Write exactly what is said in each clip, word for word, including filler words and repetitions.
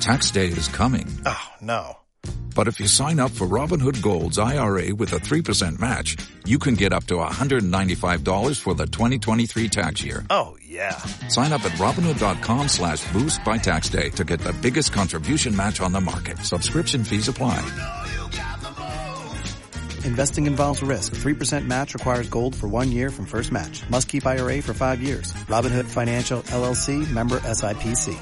Tax day is coming. Oh, no. But if you sign up for Robinhood Gold's I R A with a three percent match, you can get up to one hundred ninety-five dollars for the twenty twenty-three tax year. Oh, yeah. Sign up at Robinhood.com slash boost by tax day to get the biggest contribution match on the market. Subscription fees apply. Investing involves risk. three percent match requires gold for one year from first match. Must keep I R A for five years. Robinhood Financial, L L C, member S I P C.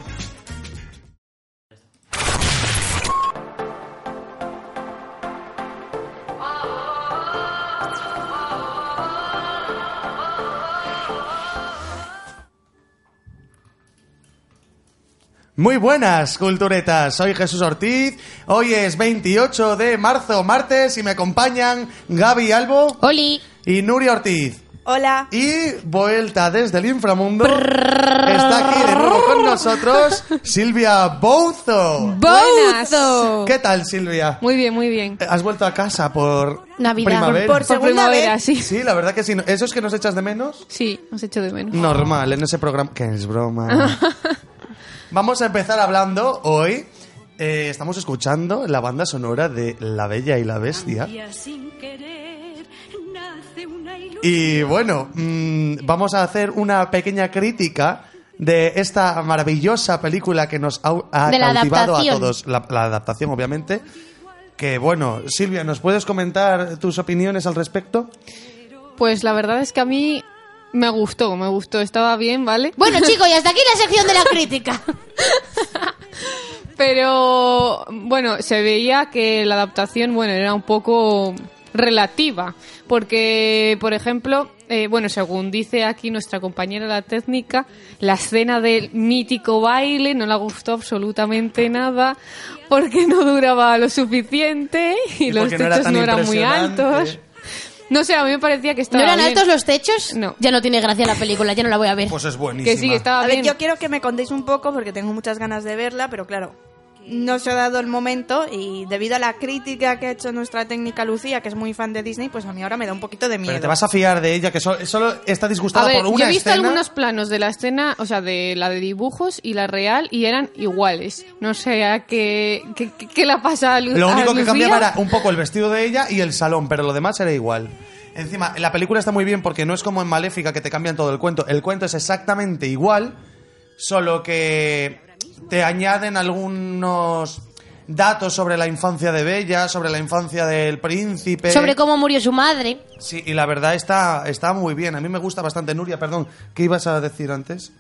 Muy buenas, culturetas. Soy Jesús Ortiz. Hoy es veintiocho de marzo, martes, y me acompañan Gaby Albo. ¡Oli! Y Nuria Ortiz. Hola. Y vuelta desde el inframundo. Está aquí de nuevo con nosotros Silvia Bouzo. ¡Bouzo! ¿Qué tal, Silvia? Muy bien, muy bien. ¿Has vuelto a casa por Navidad? primavera? Por segunda primavera, vez. sí. Sí, la verdad que sí. ¿Eso es que nos echas de menos? Sí, nos echo de menos. Normal, en ese programa... Que es broma. Vamos a empezar hablando hoy. Eh, estamos escuchando la banda sonora de La Bella y la Bestia. Y bueno, mmm, vamos a hacer una pequeña crítica de esta maravillosa película que nos ha, ha de la cautivado a adaptación. todos. La, la adaptación, obviamente. Que bueno, Silvia, ¿nos puedes comentar tus opiniones al respecto? Pues la verdad es que a mí me gustó, me gustó, estaba bien, ¿vale? Bueno, chicos, y hasta aquí la sección de la crítica. Pero, bueno, se veía que la adaptación, bueno, era un poco relativa. Porque, por ejemplo, eh, bueno, según dice aquí nuestra compañera la técnica, la escena del mítico baile no le gustó absolutamente nada porque no duraba lo suficiente y, Y los porque no era techos tan no eran muy impresionante. altos. No sé, a mí me parecía que estaba ¿No eran bien. altos los techos? No. Ya no tiene gracia la película, ya no la voy a ver. Pues es buenísima. Que sí, que estaba A bien. ver, yo quiero que me contéis un poco porque tengo muchas ganas de verla, pero claro, no se ha dado el momento y debido a la crítica que ha hecho nuestra técnica Lucía, que es muy fan de Disney, pues a mí ahora me da un poquito de miedo. Pero te vas a fiar de ella, que so- solo está disgustada A ver, por una yo he visto escena. algunos planos de la escena, o sea, de la de dibujos y la real, y eran iguales. No sé a qué, qué, qué, qué le pasa a Lu- Lo a único que Lucía. cambiaba era un poco el vestido de ella y el salón, pero lo demás era igual. Encima, la película está muy bien porque no es como en Maléfica que te cambian todo el cuento. El cuento es exactamente igual, solo que te añaden algunos datos sobre la infancia de Bella, sobre la infancia del príncipe. Sobre cómo murió su madre. Sí, y la verdad está, está muy bien. A mí me gusta bastante. Nuria, perdón, ¿qué ibas a decir antes?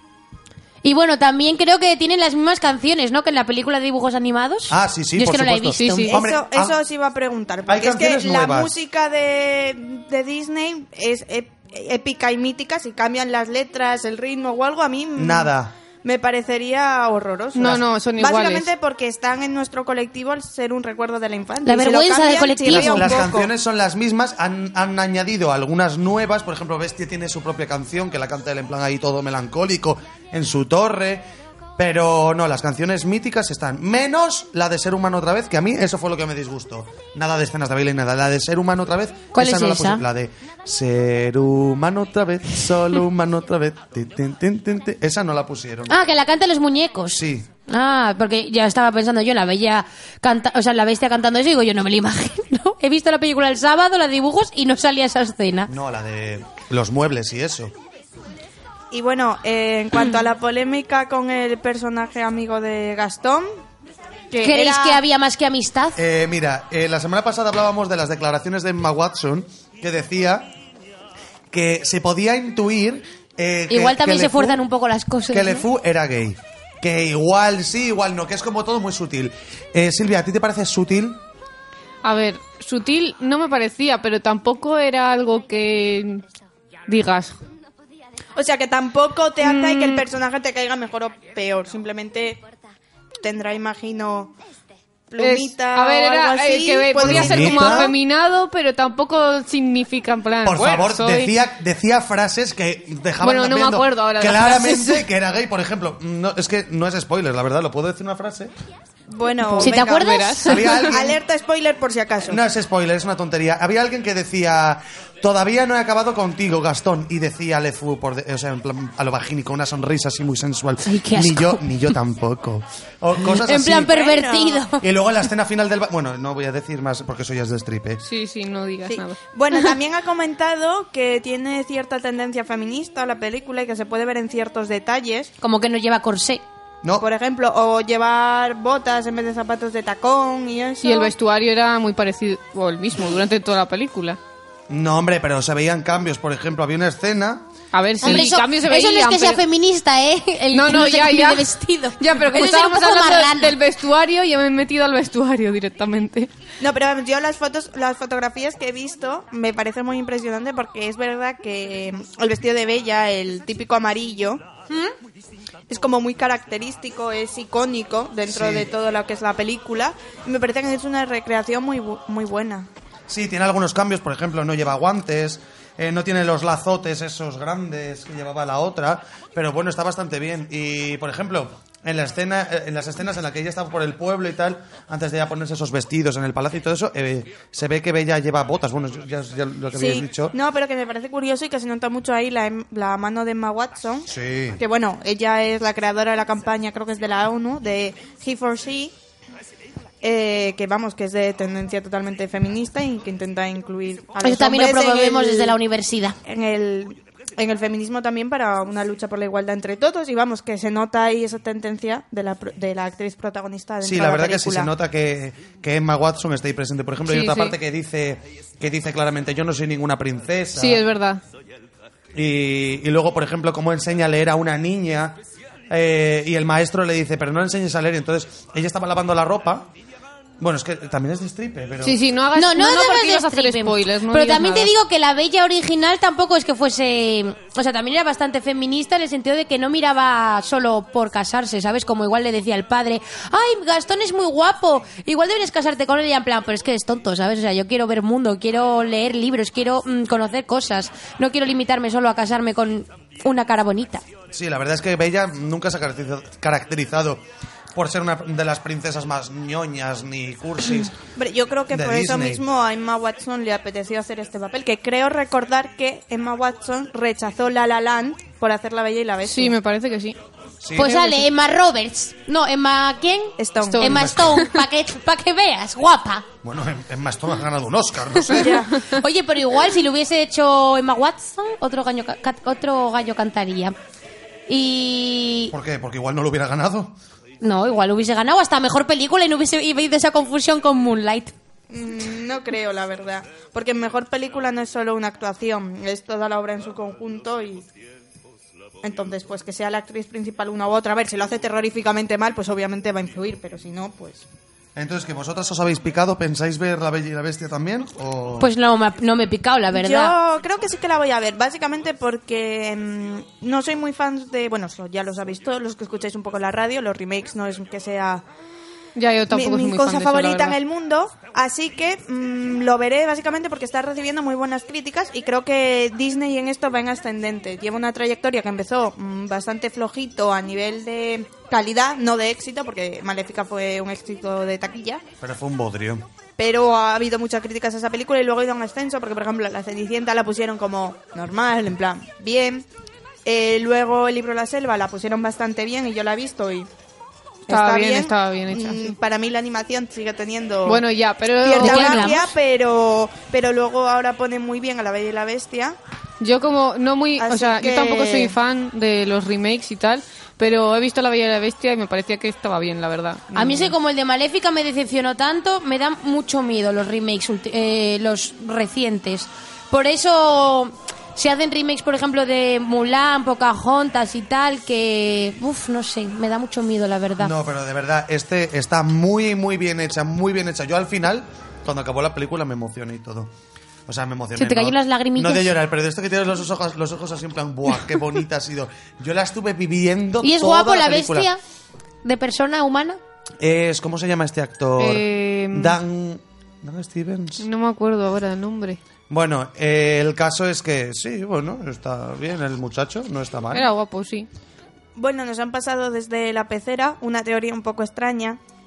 Y bueno, también creo que tienen las mismas canciones, ¿no? Que en la película de dibujos animados. Ah, sí, sí, Yo es por que no la he supuesto. visto. Sí, sí. Hombre, Eso, ah, eso os iba a preguntar, hay porque es que canciones la nuevas. música de, de Disney es ép- épica y mítica. Si cambian las letras, el ritmo o algo, a mí mm, Nada. me parecería horroroso. No, no, son iguales. Básicamente porque están en nuestro colectivo al ser un recuerdo de la infancia. La Y si lo vergüenza del cambian, colectivo. chirría un Las poco. canciones son las mismas, han, han añadido algunas nuevas. Por ejemplo, Bestia tiene su propia canción que la canta él en plan ahí todo melancólico en su torre. Pero no, las canciones míticas están. Menos la de Ser Humano otra vez, que a mí eso fue lo que me disgustó. Nada de escenas de baile y nada. La de Ser Humano otra vez. ¿Cuál esa es no la esa? puse. La de Ser Humano otra vez, solo humano otra vez. Tin, tin, tin, tin, tin. Esa no la pusieron. Ah, que la cantan los muñecos. Sí. Ah, porque ya estaba pensando yo en la bella canta, o sea, la bestia cantando eso y digo, yo no me lo imagino. He visto la película el sábado, la de dibujos y no salía esa escena. No, la de los muebles y eso. Y bueno, eh, en cuanto a la polémica con el personaje amigo de Gastón, que ¿Creéis era- que había más que amistad? Eh, mira, eh, la semana pasada hablábamos de las declaraciones de Emma Watson, que decía que se podía intuir... eh, que- Igual también que se LeFou- fuerzan un poco las cosas. Que ¿no? LeFou era gay. Que igual sí, igual no, que es como todo muy sutil. Eh, Silvia, ¿a ti te parece sutil? A ver, sutil no me parecía, pero tampoco era algo que digas. O sea, que tampoco te ata y que el Mm. personaje te caiga mejor o peor. Simplemente tendrá, imagino, plumita Es- a ver, o algo era así. eh, que puede podía ser como Plumita. afeminado, pero tampoco significa en plan. Por bueno, favor, soy- decía, decía frases que dejaban Bueno, no me viendo acuerdo ahora las claramente frases. que era gay. Por ejemplo, no, es que no es spoiler, la verdad, lo puedo decir una frase. Bueno, ¿Si te venga, acuerdas? verás. Había alguien... Alerta spoiler por si acaso. No es spoiler, es una tontería. Había alguien que decía, todavía no he acabado contigo, Gastón. Y decía Lefu, por de- o sea, en plan, a lo bajín, con una sonrisa así muy sensual. Ay, qué Ni asco. yo, ni yo tampoco. O cosas En así. plan pervertido. Y luego en la escena final del... ba- Bueno, no voy a decir más porque eso ya es de stripe. Sí, sí, no digas Sí. nada. Bueno, también ha comentado que tiene cierta tendencia feminista la película y que se puede ver en ciertos detalles. Como que no lleva corsé. No, Por ejemplo, o llevar botas en vez de zapatos de tacón y eso. Y el vestuario era muy parecido, o el mismo, durante toda la película. no, hombre, pero se veían cambios. Por ejemplo, había una escena... A ver, si Hombre, eso, cambios se eso no es veían, que sea pero- feminista, ¿eh? El No, que no, se ya, cambie ya. de vestido. Ya, pero como Eso sería un estábamos poco hablando marrano. del vestuario, yo me he metido al vestuario directamente. No, pero vamos, yo las fotos, las fotografías que he visto me parece muy impresionante porque es verdad que el vestido de Bella, el típico amarillo, es como muy característico, es icónico dentro Sí. de todo lo que es la película. Y me parece que es una recreación muy bu- muy buena. Sí, tiene algunos cambios, por ejemplo, no lleva guantes, eh, no tiene los lazotes esos grandes que llevaba la otra, pero bueno, está bastante bien. Y, por ejemplo, en la escena, eh, en las escenas en las que ella estaba por el pueblo y tal, antes de ya ponerse esos vestidos en el palacio y todo eso, eh, se ve que Bella lleva botas, bueno, ya, ya lo que habías Sí, dicho. no, pero que me parece curioso y que se nota mucho ahí la, em- la mano de Emma Watson. Sí. Que bueno, ella es la creadora de la campaña, creo que es de la ONU, de He for She. Eh, que vamos, que es de tendencia totalmente feminista y que intenta incluir a los Eso también lo hombres en promovemos el- desde la universidad. en el en el feminismo también para una lucha por la igualdad entre todos y vamos, que se nota ahí esa tendencia de la, pro- de la actriz protagonista dentro Sí, de la la verdad que sí película. se nota que, que Emma Watson está ahí presente. Por ejemplo, hay Sí, otra sí. parte que dice que dice claramente yo no soy ninguna princesa. Sí, es verdad. Y, y luego, por ejemplo, cómo enseña a leer a una niña eh, y el maestro le dice, pero no le enseñes a leer. Y entonces ella estaba lavando la ropa. Bueno, es que también es de stripe, pero... Sí, sí, no hagas No, no, no, debes porque de ibas a hacer stripping. spoilers. No Pero digas también nada. te digo que la Bella original tampoco es que fuese... O sea, también era bastante feminista en el sentido de que no miraba solo por casarse, ¿sabes? Como igual le decía el padre, ¡ay, Gastón es muy guapo! Igual deberías casarte con él y en plan, pero es que es tonto, ¿sabes? O sea, yo quiero ver mundo, quiero leer libros, quiero mm, conocer cosas. No quiero limitarme solo a casarme con una cara bonita. Sí, la verdad es que Bella nunca se ha caracteriza- caracterizado por ser una de las princesas más ñoñas ni cursis. Hombre, yo creo que de por eso Disney. mismo a Emma Watson le apeteció hacer este papel, que creo recordar que Emma Watson rechazó La La Land por hacer La Bella y la Bestia. Sí, me parece que sí. Sí. Pues sale Emma Roberts. No, Emma... ¿Quién? Stone. Stone. Emma Stone, para que, pa' que veas, guapa. Bueno, Emma Stone ha ganado un Oscar, no sé. Ya. Oye, pero igual si lo hubiese hecho Emma Watson, otro gallo, ca- ca- otro gallo cantaría. Y... ¿Por qué? Porque igual no lo hubiera ganado. No, igual hubiese ganado hasta mejor película y no hubiese habido esa confusión con Moonlight. Mm, No creo, la verdad. Porque mejor película no es solo una actuación, es toda la obra en su conjunto y... Entonces, pues que sea la actriz principal una u otra. A ver, si lo hace terroríficamente mal, pues obviamente va a influir, pero si no, pues... Entonces, ¿que vosotras os habéis picado? ¿Pensáis ver La Bella y la Bestia también? ¿O... Pues no, me ha- no me he picado, la verdad. Yo creo que sí que la voy a ver, básicamente porque mm, no soy muy fan de... Bueno, eso ya lo sabéis todos los que escucháis un poco la radio, los remakes no es que sea... Ya, yo mi, tampoco soy mi muy cosa fan de eso, la favorita en verdad. el mundo, así que mm, lo veré básicamente porque está recibiendo muy buenas críticas y creo que Disney en esto va en ascendente. Lleva una trayectoria que empezó mm, bastante flojito a nivel de calidad, no de éxito, porque Maléfica fue un éxito de taquilla, Pero fue un bodrio. pero ha habido muchas críticas a esa película y luego ha ido en ascenso, porque por ejemplo La Cenicienta la pusieron como normal, en plan, bien. Eh, luego El libro de la selva la pusieron bastante bien y yo la he visto y... Estaba bien, estaba bien hecha, Mm, sí. Para mí la animación sigue teniendo Bueno, ya, pero cierta ¿De qué magia, hablamos? pero pero luego ahora pone muy bien a La Bella y la Bestia. yo como no muy, o Así sea, que- yo tampoco soy fan de los remakes y tal, pero he visto La Bella y la Bestia y me parecía que estaba bien, la verdad. A mí es que como el de Maléfica me decepcionó tanto, me dan mucho miedo los remakes, ulti- eh, los recientes. Por eso se hacen remakes, por ejemplo, de Mulan, Pocahontas y tal, que, uff, no sé, me da mucho miedo, la verdad. No, pero de verdad, este está muy, muy bien hecha, muy bien hecha. Yo al final, cuando acabó la película, me emocioné y todo. O sea, me emocioné. ¿Se te ¿no? cayeron las lagrimillas? No de llorar, pero de esto que tienes los ojos, los ojos así en plan, ¡buah, qué bonita ha sido! Yo la estuve viviendo ¿Y es toda guapo la película. bestia de persona humana? Es, ¿cómo se llama este actor? Eh, Dan... Dan Stevens. No me acuerdo ahora el nombre. Bueno, eh, el caso es que sí, bueno, está bien el muchacho, no está mal. Era guapo, sí. Bueno, nos han pasado desde la pecera una teoría un poco extraña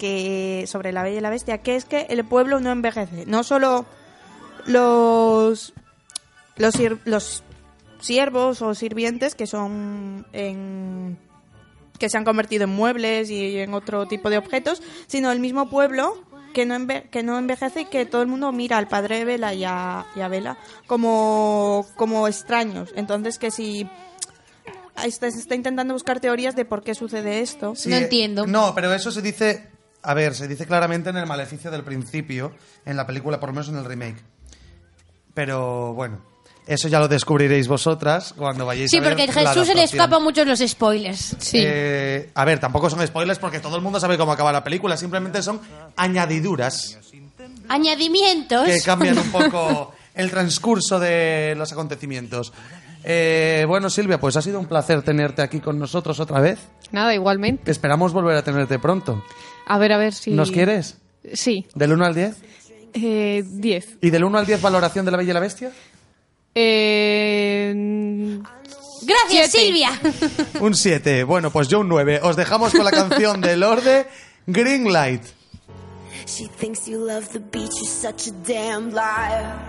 que sobre La Bella y la Bestia, que es que el pueblo no envejece. No solo los los, sir- los siervos o sirvientes que son en, que se han convertido en muebles y en otro tipo de objetos, sino el mismo pueblo que no enve- que no envejece y que todo el mundo mira al padre de Bella y a, y a Bella como, como extraños. Entonces que si está, se está intentando buscar teorías de por qué sucede esto. Sí, No entiendo. No, pero eso se dice... A ver, se dice claramente en el Maleficio del principio, en la película, por lo menos en el remake. Pero bueno, eso ya lo descubriréis vosotras cuando vayáis Sí, a ver porque a la Jesús se le adaptación. escapan muchos los spoilers. Sí. Eh, a ver, tampoco son spoilers porque todo el mundo sabe cómo acaba la película, simplemente son añadiduras Añadimientos. que cambian un poco el transcurso de los acontecimientos. Eh, bueno, Silvia, pues ha sido un placer tenerte aquí con nosotros otra vez. Nada, igualmente. Esperamos volver a tenerte pronto. A ver, a ver si... ¿Nos quieres? Sí. ¿Del uno al diez? Eh, diez. ¿Y del uno al diez valoración de La Bella y la Bestia? Eh... Gracias, Siete. Silvia. Un siete. Bueno, pues yo un nueve. Os dejamos con la canción de Lorde, Green Light. She thinks you love the beach, you're such a damn liar.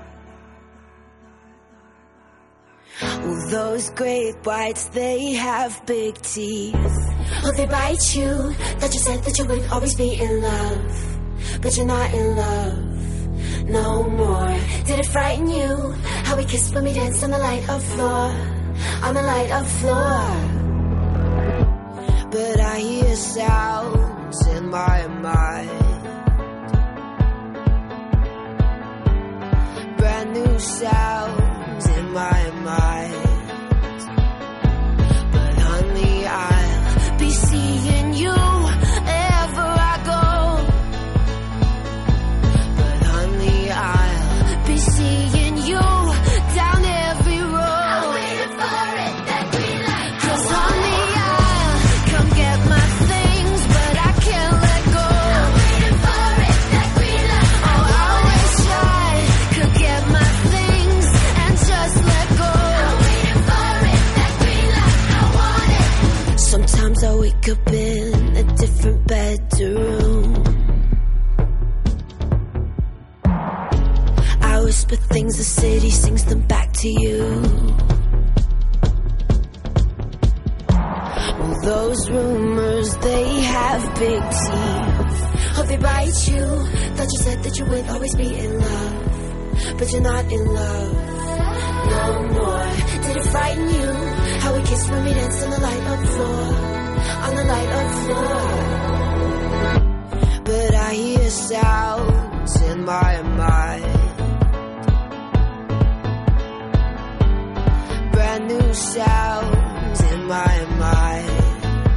Well, those great whites, they have big teeth. Oh, they bite you. That you said that you would always be in love, but you're not in love no more. Did it frighten you how we kissed when we danced on the light of floor, on the light of floor? But I hear sounds in my mind, brand new sounds in my mind. But honey, I'll be seeing you ever I go. But honey, I'll be seeing you down every road. I'm waiting for it, that green light. 'Cause honey, I'll come get my things, but I can't let go. I'm waiting for it, that green light. Oh, I wish I could get my things and just let go. I'm waiting for it, that green light. I want it. Sometimes I wake up in a different bedroom. I whisper things, the city sings them back to you. Well, those rumors, they have big teeth. Oh, they bite you. Thought you said that you would always be in love, but you're not in love no more. Did it frighten you how we kissed when we danced on the light of floor, on the light of floor? But I hear sounds in my mind, brand new sounds in my mind.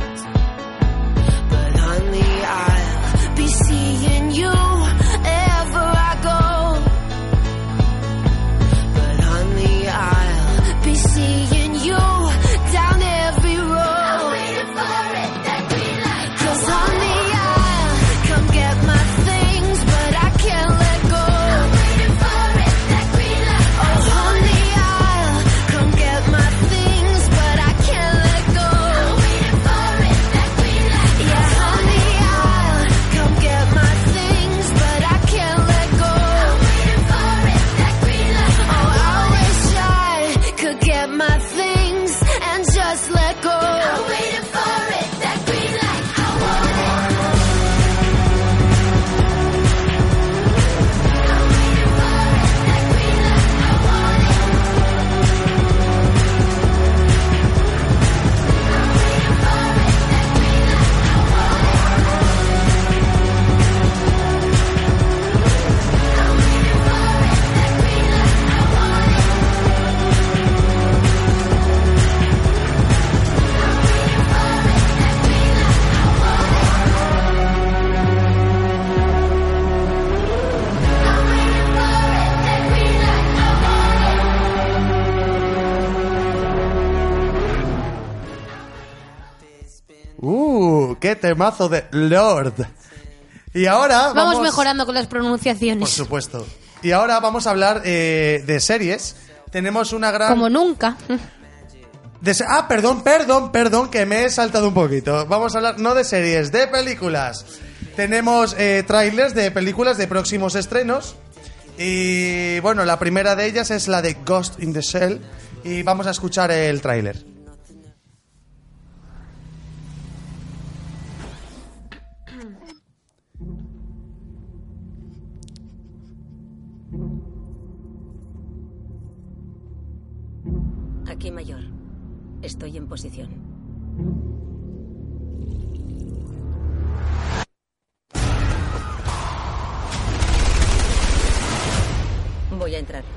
But honey, I'll be seeing you ever I go. But honey, I'll be seeing you down every road. I'm waiting for it, that green light. 'Cause honey, I'll come get my things, but I can't let go. I'm waiting for it, that green light. Oh honey, I'll come get my things, but I can't let go. I'm waiting for it, that green light. Yeah, honey, I'll come get my things, but I can't let go. I'm waiting for it, that green light. Oh, I wish I could get my things and just let go. I'm waiting for it, that green light. I want it. I'm waiting for it, that green light. I want it. I'm waiting for it, that green light. I want it. I'm waiting for it, that green light. I want it. Uh, qué temazo de Lord. Y ahora vamos... Vamos mejorando con las Por pronunciaciones. supuesto. Y ahora vamos a hablar eh, de series. Tenemos una gran... Como nunca. de se- Ah, perdón, perdón, perdón, que me he saltado un poquito. Vamos a hablar no de series, de películas. tenemos eh, trailers de películas de próximos estrenos. Y bueno, la primera de ellas es la de Ghost in the Shell. Y vamos a escuchar el tráiler. Aquí, mayor. Estoy en posición. Voy a entrar.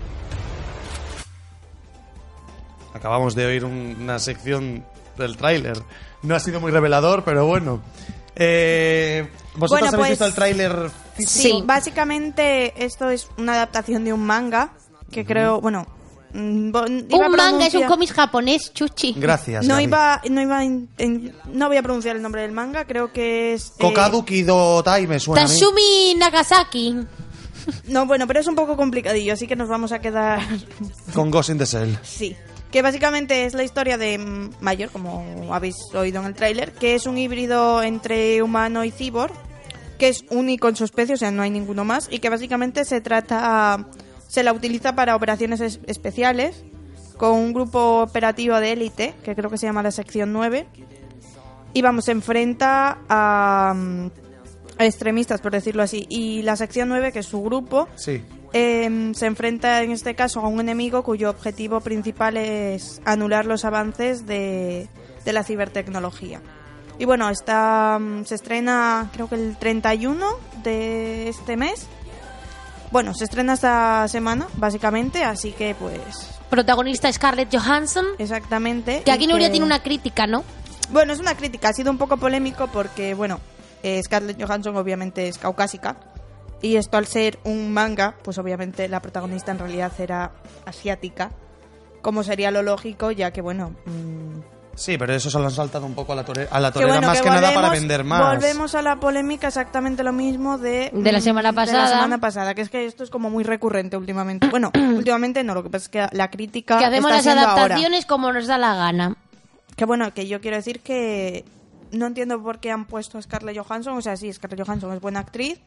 Acabamos de oír un- una sección del tráiler. No ha sido muy revelador, pero bueno. Eh, ¿Vosotros Bueno, habéis pues, visto el tráiler físico? Sí, básicamente esto es una adaptación de un manga que creo, bueno, mm, bo- iba a Un manga es un pronunciar- cómic japonés, chuchi. Gracias. No Gaby. iba, no iba, in- en- no voy a pronunciar el nombre del manga, creo que es... eh, Kokadu Kido Tai me suena a mí. Tatsumi Nagasaki. no, bueno, pero es un poco complicadillo, así que nos vamos a quedar... Con Ghost in the Shell. sí. Que básicamente es la historia de mm, Mayor, como habéis oído en el tráiler, que es un híbrido entre humano y cyborg, que es único en su especie, o sea, no hay ninguno más, y que básicamente se trata... Se la utiliza para operaciones es- especiales, con un grupo operativo de élite, que creo que se llama la Sección nueve, y vamos, se enfrenta a, mm, a extremistas, por decirlo así, y la Sección nueve, que es su grupo, Sí. eh, se enfrenta en este caso a un enemigo cuyo objetivo principal es anular los avances de, de la cibertecnología. Y bueno, está, mm, se estrena creo que el treinta y uno de este mes. Bueno, se estrena esta semana, básicamente, así que pues... Protagonista Scarlett Johansson. Exactamente. Que aquí y Nuria que- tiene una crítica, ¿no? Bueno, es una crítica, ha sido un poco polémico porque, bueno, eh, Scarlett Johansson obviamente es caucásica. Y esto al ser un manga, pues obviamente la protagonista en realidad era asiática. Como sería lo lógico, ya que, bueno... mmm, Sí, pero eso se lo han saltado un poco a la, tore- a la que torera, bueno, más que que nada para volvemos- vender más. Volvemos a la polémica, exactamente lo mismo de... De la semana mm, pasada. De la semana pasada, que es que esto es como muy recurrente últimamente. Bueno, últimamente no, lo que pasa es que la crítica Que hacemos está las siendo ahora. adaptaciones como nos da la gana. Que bueno, que yo quiero decir que no entiendo por qué han puesto a Scarlett Johansson. O sea, sí, Scarlett Johansson es buena actriz,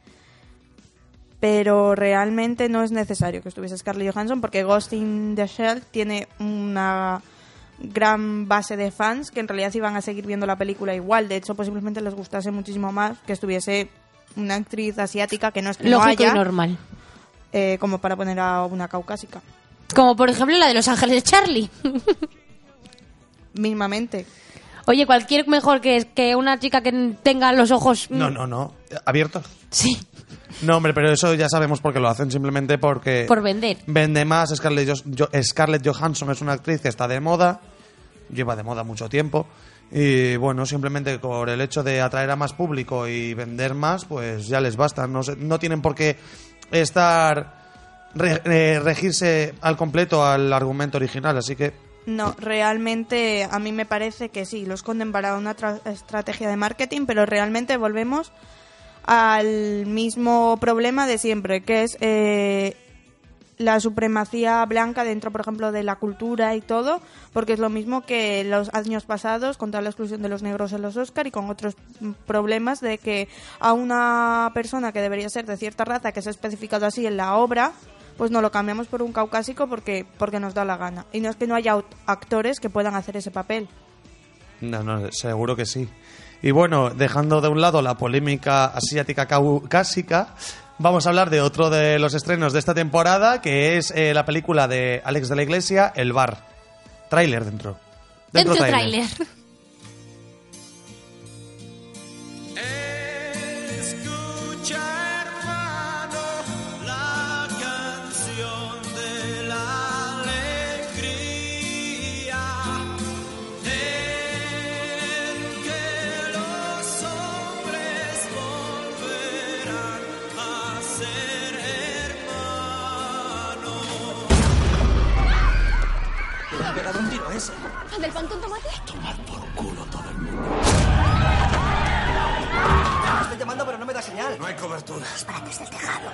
pero realmente no es necesario que estuviese Scarlett Johansson porque Ghost in the Shell tiene una gran base de fans que en realidad iban a seguir viendo la película igual. De hecho, posiblemente les gustase muchísimo más que estuviese una actriz asiática que no es que no Lógico haya, y normal. eh, como para poner a una caucásica. Como por ejemplo la de Los Ángeles de Charlie. Mismamente. Oye, cualquier mejor que, que una chica que tenga los ojos... mm, No, no, no. ¿Abiertos? Sí, No, hombre, pero eso ya sabemos por qué lo hacen. Simplemente porque... por vender. Vende más. Scarlett, Jo- Jo- Scarlett Johansson es una actriz que está de moda. Lleva de moda mucho tiempo. Y bueno, simplemente por el hecho de atraer a más público y vender más, pues ya les basta. No, se- no tienen por qué estar... re- eh, regirse al completo al argumento original. Así que... No, realmente a mí me parece que sí, lo esconden para una tra- estrategia de marketing, pero realmente volvemos al mismo problema de siempre, que es eh, la supremacía blanca dentro, por ejemplo, de la cultura y todo, porque es lo mismo que los años pasados contra la exclusión de los negros en los Oscar y con otros mm, problemas de que a una persona que debería ser de cierta raza, que se ha especificado así en la obra, pues no lo cambiamos por un caucásico porque porque nos da la gana. Y no es que no haya aut- actores que puedan hacer ese papel. No, no, seguro que sí. Y bueno, dejando de un lado la polémica asiática caucásica, vamos a hablar de otro de los estrenos de esta temporada, que es eh, la película de Alex de la Iglesia, El Bar. Tráiler dentro. Dentro tráiler. tráiler. Escucha, hermano, la canción de la alegría en que los hombres volverán a ser hermanos. ¿Le ha pegado un tiro ese? ¿Al del pan con tomate? Estoy llamando pero no me da señal. No hay cobertura. Disparates del tejado.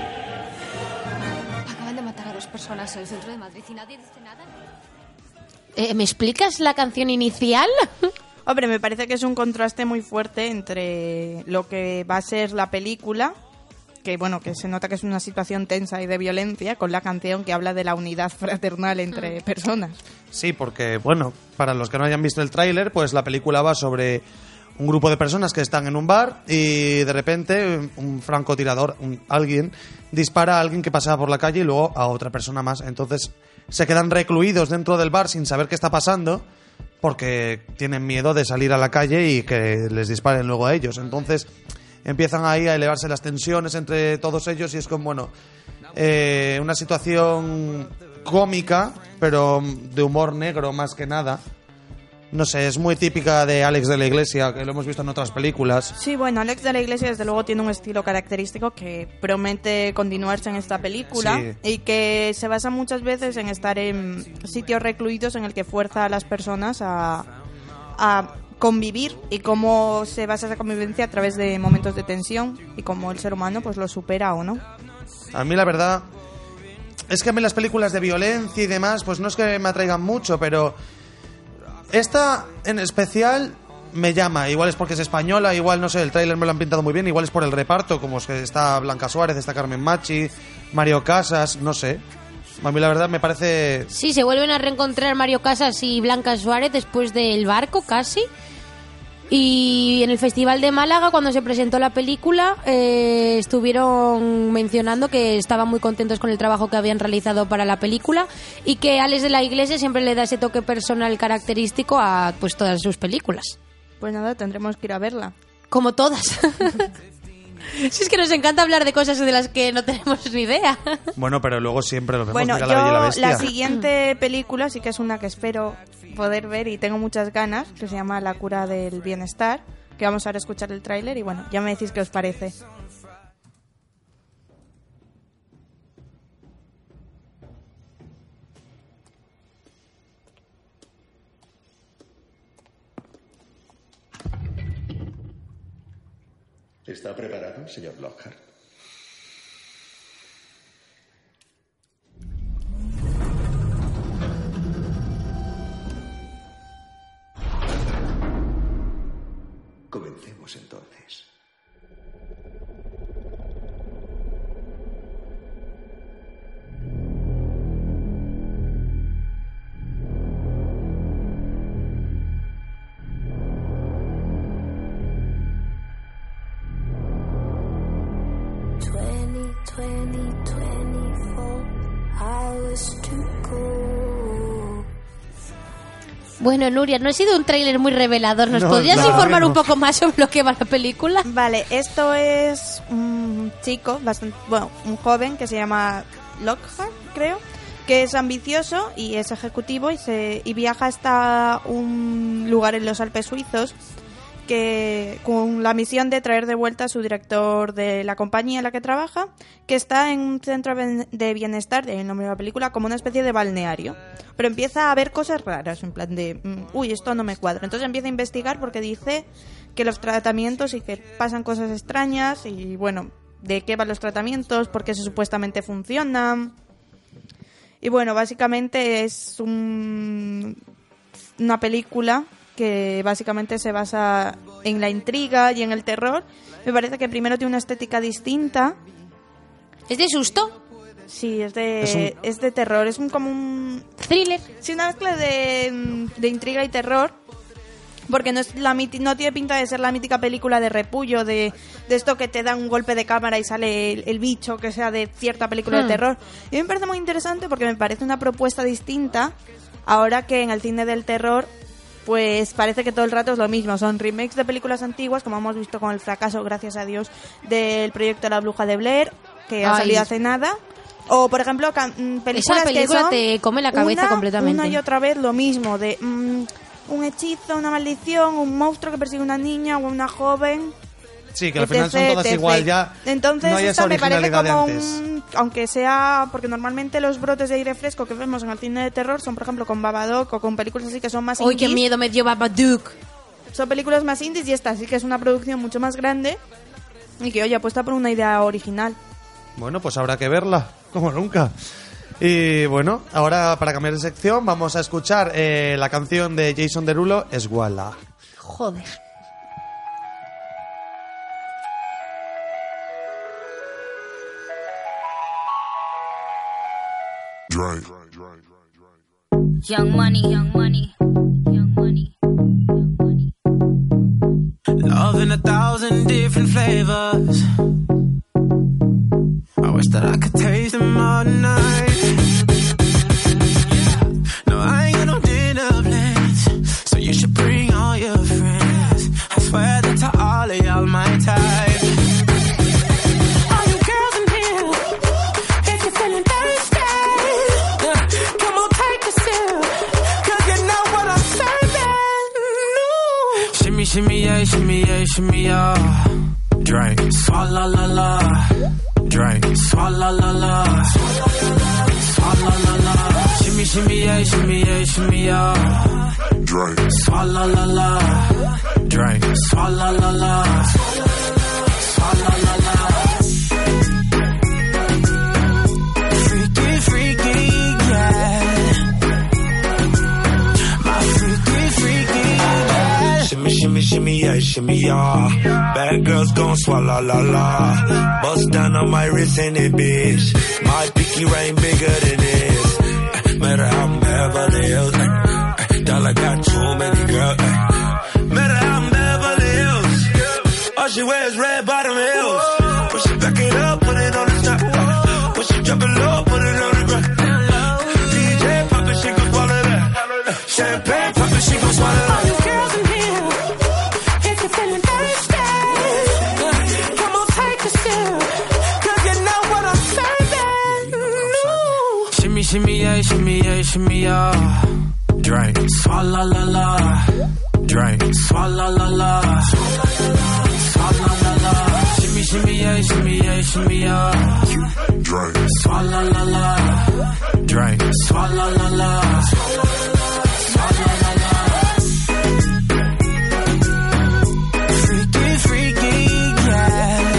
Acaban de matar a dos personas en el centro de Madrid y nadie dice nada. Eh, ¿Me explicas la canción inicial? Hombre, me parece que es un contraste muy fuerte entre lo que va a ser la película, que bueno, que se nota que es una situación tensa y de violencia, con la canción que habla de la unidad fraternal entre mm. personas. Sí, porque, bueno, para los que no hayan visto el tráiler, pues la película va sobre un grupo de personas que están en un bar y de repente un francotirador, un, alguien, dispara a alguien que pasaba por la calle y luego a otra persona más. Entonces se quedan recluidos dentro del bar sin saber qué está pasando porque tienen miedo de salir a la calle y que les disparen luego a ellos. Entonces empiezan ahí a elevarse las tensiones entre todos ellos y es como, bueno, eh, una situación cómica, pero de humor negro más que nada. No sé, es muy típica de Alex de la Iglesia, que lo hemos visto en otras películas. Sí, bueno, Alex de la Iglesia desde luego tiene un estilo característico que promete continuarse en esta película sí. y que se basa muchas veces en estar en sitios recluidos en el que fuerza a las personas a, a convivir y cómo se basa esa convivencia a través de momentos de tensión y cómo el ser humano pues lo supera o no. A mí la verdad es que a mí las películas de violencia y demás pues no es que me atraigan mucho, pero esta en especial me llama. Igual es porque es española, igual no sé, el tráiler me lo han pintado muy bien, igual es por el reparto, como es que está Blanca Suárez, está Carmen Machi, Mario Casas, no sé. A mí la verdad me parece... Sí, se vuelven a reencontrar Mario Casas y Blanca Suárez después del Barco, casi. Y en el Festival de Málaga, cuando se presentó la película, eh, estuvieron mencionando que estaban muy contentos con el trabajo que habían realizado para la película y que Alex de la Iglesia siempre le da ese toque personal característico a pues todas sus películas. Pues nada, tendremos que ir a verla. Como todas. Si es que nos encanta hablar de cosas de las que no tenemos ni idea. Bueno, pero luego siempre lo vemos. Bueno, yo la, Bella y la, Bestia. La siguiente película sí que es una que espero poder ver y tengo muchas ganas, que se llama La cura del bienestar, que vamos ahora a escuchar el tráiler y bueno, ya me decís qué os parece. ¿Está preparado, señor Lockhart? Comencemos entonces. Bueno, Nuria, no ha sido un tráiler muy revelador. ¿Nos no, podrías claro, informar no. un poco más sobre lo que va la película? Vale, esto es un chico, bastante, bueno, un joven que se llama Lockhart, creo, que es ambicioso y es ejecutivo y, se, y viaja hasta un lugar en los Alpes suizos que con la misión de traer de vuelta a su director de la compañía en la que trabaja, que está en un centro de bienestar, de nombre de la película, como una especie de balneario. Pero empieza a ver cosas raras, en plan de, uy, esto no me cuadra. Entonces empieza a investigar porque dice que los tratamientos y que pasan cosas extrañas y, bueno, de qué van los tratamientos, por qué se supuestamente funcionan. Y, bueno, básicamente es un, una película que básicamente se basa en la intriga y en el terror. Me parece que primero tiene una estética distinta. ¿Es de susto? Sí, es de, es, un... es de terror. Es un, como un... thriller. Sí, una mezcla de, de intriga y terror. Porque no, es la miti- no tiene pinta de ser la mítica película de repullo, de, de esto que te da un golpe de cámara y sale el, el bicho, que sea de cierta película hmm. de terror. Y a mí me parece muy interesante porque me parece una propuesta distinta. Ahora que en el cine del terror pues parece que todo el rato es lo mismo. Son remakes de películas antiguas, como hemos visto con el fracaso, gracias a Dios, del proyecto La Bruja de Blair, que ha Ay. salido hace nada. O, por ejemplo, can- películas Esa película que son te come la cabeza una, completamente. Una y otra vez lo mismo, de mmm, un hechizo, una maldición, un monstruo que persigue a una niña o a una joven. Sí, que al final son todas igual, ya. Entonces, no hay esta esa me parece como de antes. un, aunque sea, porque normalmente los brotes de aire fresco que vemos en el cine de terror son, por ejemplo, con Babadook o con películas así que son más indies. ¡Uy, qué miedo me dio Babadook! Son películas más indies y esta sí que es una producción mucho más grande y que, oye, apuesta por una idea original. Bueno, pues habrá que verla, como nunca. Y bueno, ahora para cambiar de sección vamos a escuchar eh, la canción de Jason Derulo, Esguala. Joder. Young money, young money, young money, young money. Love in a thousand different flavors. I wish that I could taste them all night. No, I ain't got no dinner plans, so you should bring all your friends. I swear that to all of y'all my type. All you girls in here, if you're feeling thirsty, come on, take a sip, 'cause you know what I'm serving. No. Shimmy, shimmy, yeah, shimmy, yeah, shimmy, yeah. Drink, swalla la la. Drink, swalla la la. Swalla la la. Shimmy, shimmy, yeah, shimmy, yeah, shimmy, yeah. Drink, swalla la la. Drink, swalla la la. Swalla la la. Freaky, freaky, yeah. My freaky, freaky, yeah. Shimmy, shimmy, shimmy, yeah, shimmy, yeah. Bad girls gon' swallow la la. Bust down on my wrist and it, bitch. My pinky ring bigger than this. Uh, matter how I'm Beverly Hills. Uh, uh, dollar got too many girls. Uh, matter how I'm Beverly Hills. All she wears red bottom heels. When she back it up, put it on the top. Uh, when she drop it low, put it on the ground. D J pop it, she gon' swallow that. Uh, champagne pop it, she gon' swallow that. All you girls in here, if you're feeling thirsty, come on, take a sip, 'cause you know what I'm serving. No. Shimmy, shimmy, yeah, shimmy, yeah, shimmy, yeah. Drink, swalla la la. Drink, swalla la la. Swalla la la. Shimmy, shimmy, yeah, shimmy, yeah, shimmy, yeah. Drink, swalla la la. Drink, swalla la la. Swalla la la. Freaky, freaky, yeah.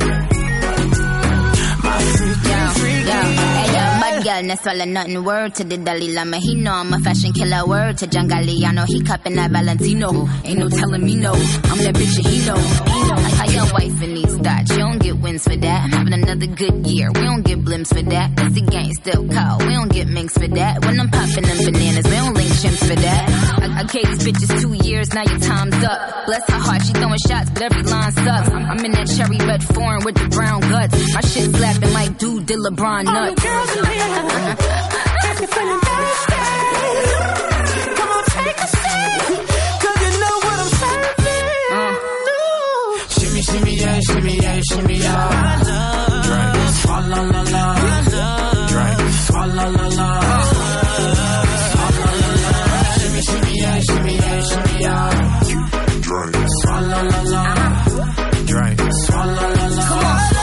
My freaky, freaky, yeah. Bad girl, no swallow nothing. Word to the Dalai Lama. He know I'm a fashion killer. Word to John Galliano. He cupping that Valentino. Ain't no telling me no. I'm that bitch that he know. He know. How your wife in these thoughts. You don't get wins for that. I'm having another good year. We don't get blimps for that. That's the gang still call. We don't get minks for that. When I'm popping them bananas, we don't link chimps for that. I, I gave these bitches two years. Now your time's up. Bless her heart. She throwing shots, but every line sucks. I'm, I'm in that cherry red foreign with the brown guts. My shit slapping like dude did LeBron nuts. All you girls in here. If you're feeling thirsty, come on, take a sip, 'cause you know what I'm serving. Uh. No. Shimmy, shimmy, yeah, shimmy, yeah, shimmy, yeah. Drink, swalla la la. Drink, swalla la la. Swalla la la. Shimmy, shimmy, yeah, shimmy, yeah, shimmy, yeah. Drink, swalla la la. Drink, swalla la la. Come on.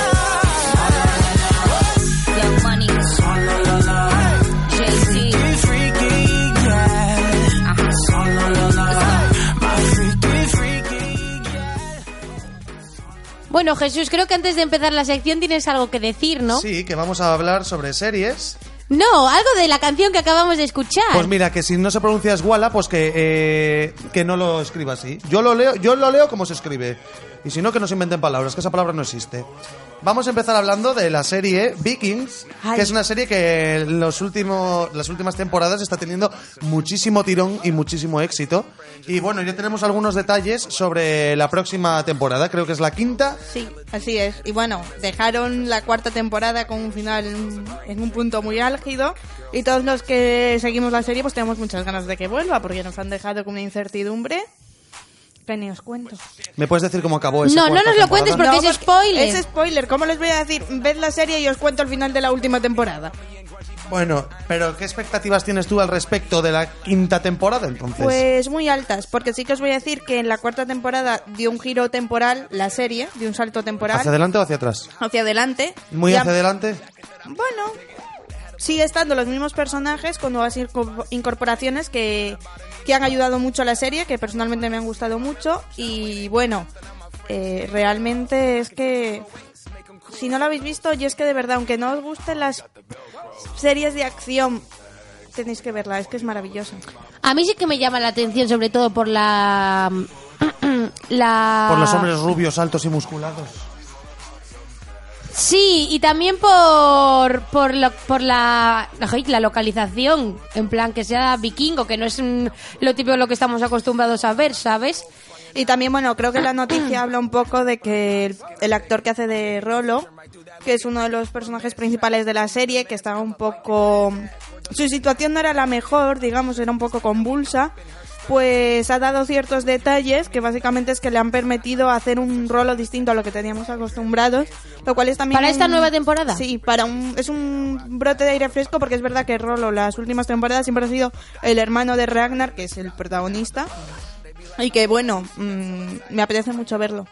Bueno, Jesús, creo que antes de empezar la sección tienes algo que decir, ¿no? Sí, que vamos a hablar sobre series. No, algo de la canción que acabamos de escuchar. Pues mira, que si no se pronuncia Swalla, pues que, eh, que no lo escriba así. Yo lo leo, yo lo leo como se escribe. Y si no, que no se inventen palabras, que esa palabra no existe. Vamos a empezar hablando de la serie Vikings, Ay. que es una serie que en los últimos, las últimas temporadas está teniendo muchísimo tirón y muchísimo éxito. Y bueno, ya tenemos algunos detalles sobre la próxima temporada, creo que es la quinta. Sí, así es. Y bueno, dejaron la cuarta temporada con un final en un punto muy álgido. Y todos los que seguimos la serie pues tenemos muchas ganas de que vuelva, porque nos han dejado con una incertidumbre. Que ni os cuento. ¿Me puedes decir cómo acabó esa No, no nos temporada? lo cuentes porque no, es spoiler. Es spoiler. ¿Cómo les voy a decir? Ved la serie y os cuento el final de la última temporada. Bueno, pero ¿qué expectativas tienes tú al respecto de la quinta temporada, entonces? Pues muy altas, porque sí que os voy a decir que en la cuarta temporada dio un giro temporal la serie, dio un salto temporal. ¿Hacia adelante o hacia atrás? Hacia adelante. ¿Muy ya, hacia adelante? Bueno, sigue estando los mismos personajes con nuevas incorporaciones que... que han ayudado mucho a la serie, que personalmente me han gustado mucho. Y bueno, eh, realmente es que si no lo habéis visto, y es que de verdad, aunque no os gusten las series de acción, tenéis que verla, es que es maravillosa. A mí sí que me llama la atención, sobre todo por la... la... Por los hombres rubios, altos y musculados. Sí, y también por por, lo, por la, la localización, en plan que sea vikingo, que no es mm, lo típico a lo que estamos acostumbrados a ver, ¿sabes? Y también, bueno, creo que la noticia habla un poco de que el, el actor que hace de Rolo, que es uno de los personajes principales de la serie, que estaba un poco... Su situación no era la mejor, digamos, era un poco convulsa, pues ha dado ciertos detalles que básicamente es que le han permitido hacer un rolo distinto a lo que teníamos acostumbrados, lo cual es también... ¿Para un, esta nueva temporada? Sí, para un, es un brote de aire fresco, porque es verdad que Rolo las últimas temporadas siempre ha sido el hermano de Ragnar, que es el protagonista, y que bueno, mmm, me apetece mucho verlo.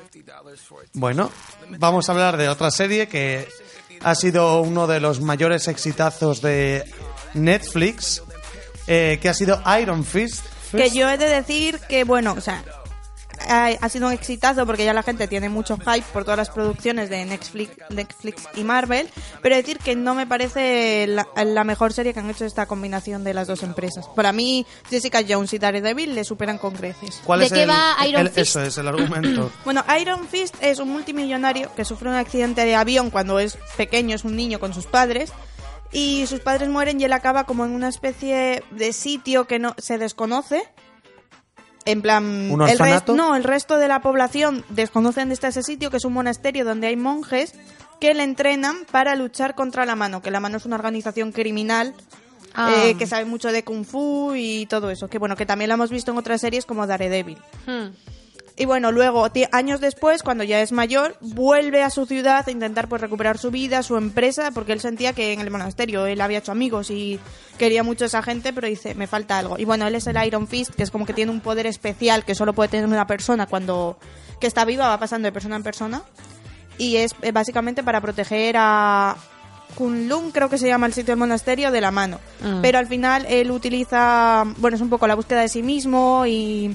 Bueno, vamos a hablar de otra serie que ha sido uno de los mayores exitazos de Netflix, eh, que ha sido Iron Fist. Que yo he de decir que, bueno, o sea, ha, ha sido un exitazo porque ya la gente tiene mucho hype por todas las producciones de Netflix, Netflix y Marvel, pero decir que no me parece la, la mejor serie que han hecho esta combinación de las dos empresas. Para mí, Jessica Jones y Daredevil le superan con creces. ¿Cuál ¿De es qué el, va Iron el, Fist? Eso es el argumento. Bueno, Iron Fist es un multimillonario que sufre un accidente de avión cuando es pequeño, es un niño con sus padres, y sus padres mueren y él acaba como en una especie de sitio que no se desconoce. En plan, ¿Un el orfanato? resto, no, el resto de la población desconocen de este ese sitio, que es un monasterio donde hay monjes que le entrenan para luchar contra la Mano, que la Mano es una organización criminal Ah. eh, que sabe mucho de Kung Fu y todo eso, que bueno, que también la hemos visto en otras series como Daredevil. Hmm. Y bueno, luego, ti- años después, cuando ya es mayor, vuelve a su ciudad a intentar pues recuperar su vida, su empresa, porque él sentía que en el monasterio él había hecho amigos y quería mucho a esa gente, pero dice, me falta algo. Y bueno, él es el Iron Fist, que es como que tiene un poder especial que solo puede tener una persona cuando que está viva, va pasando de persona en persona. Y es eh, básicamente para proteger a Kunlun, creo que se llama el sitio del monasterio, de la Mano. Mm. Pero al final él utiliza, bueno, es un poco la búsqueda de sí mismo y...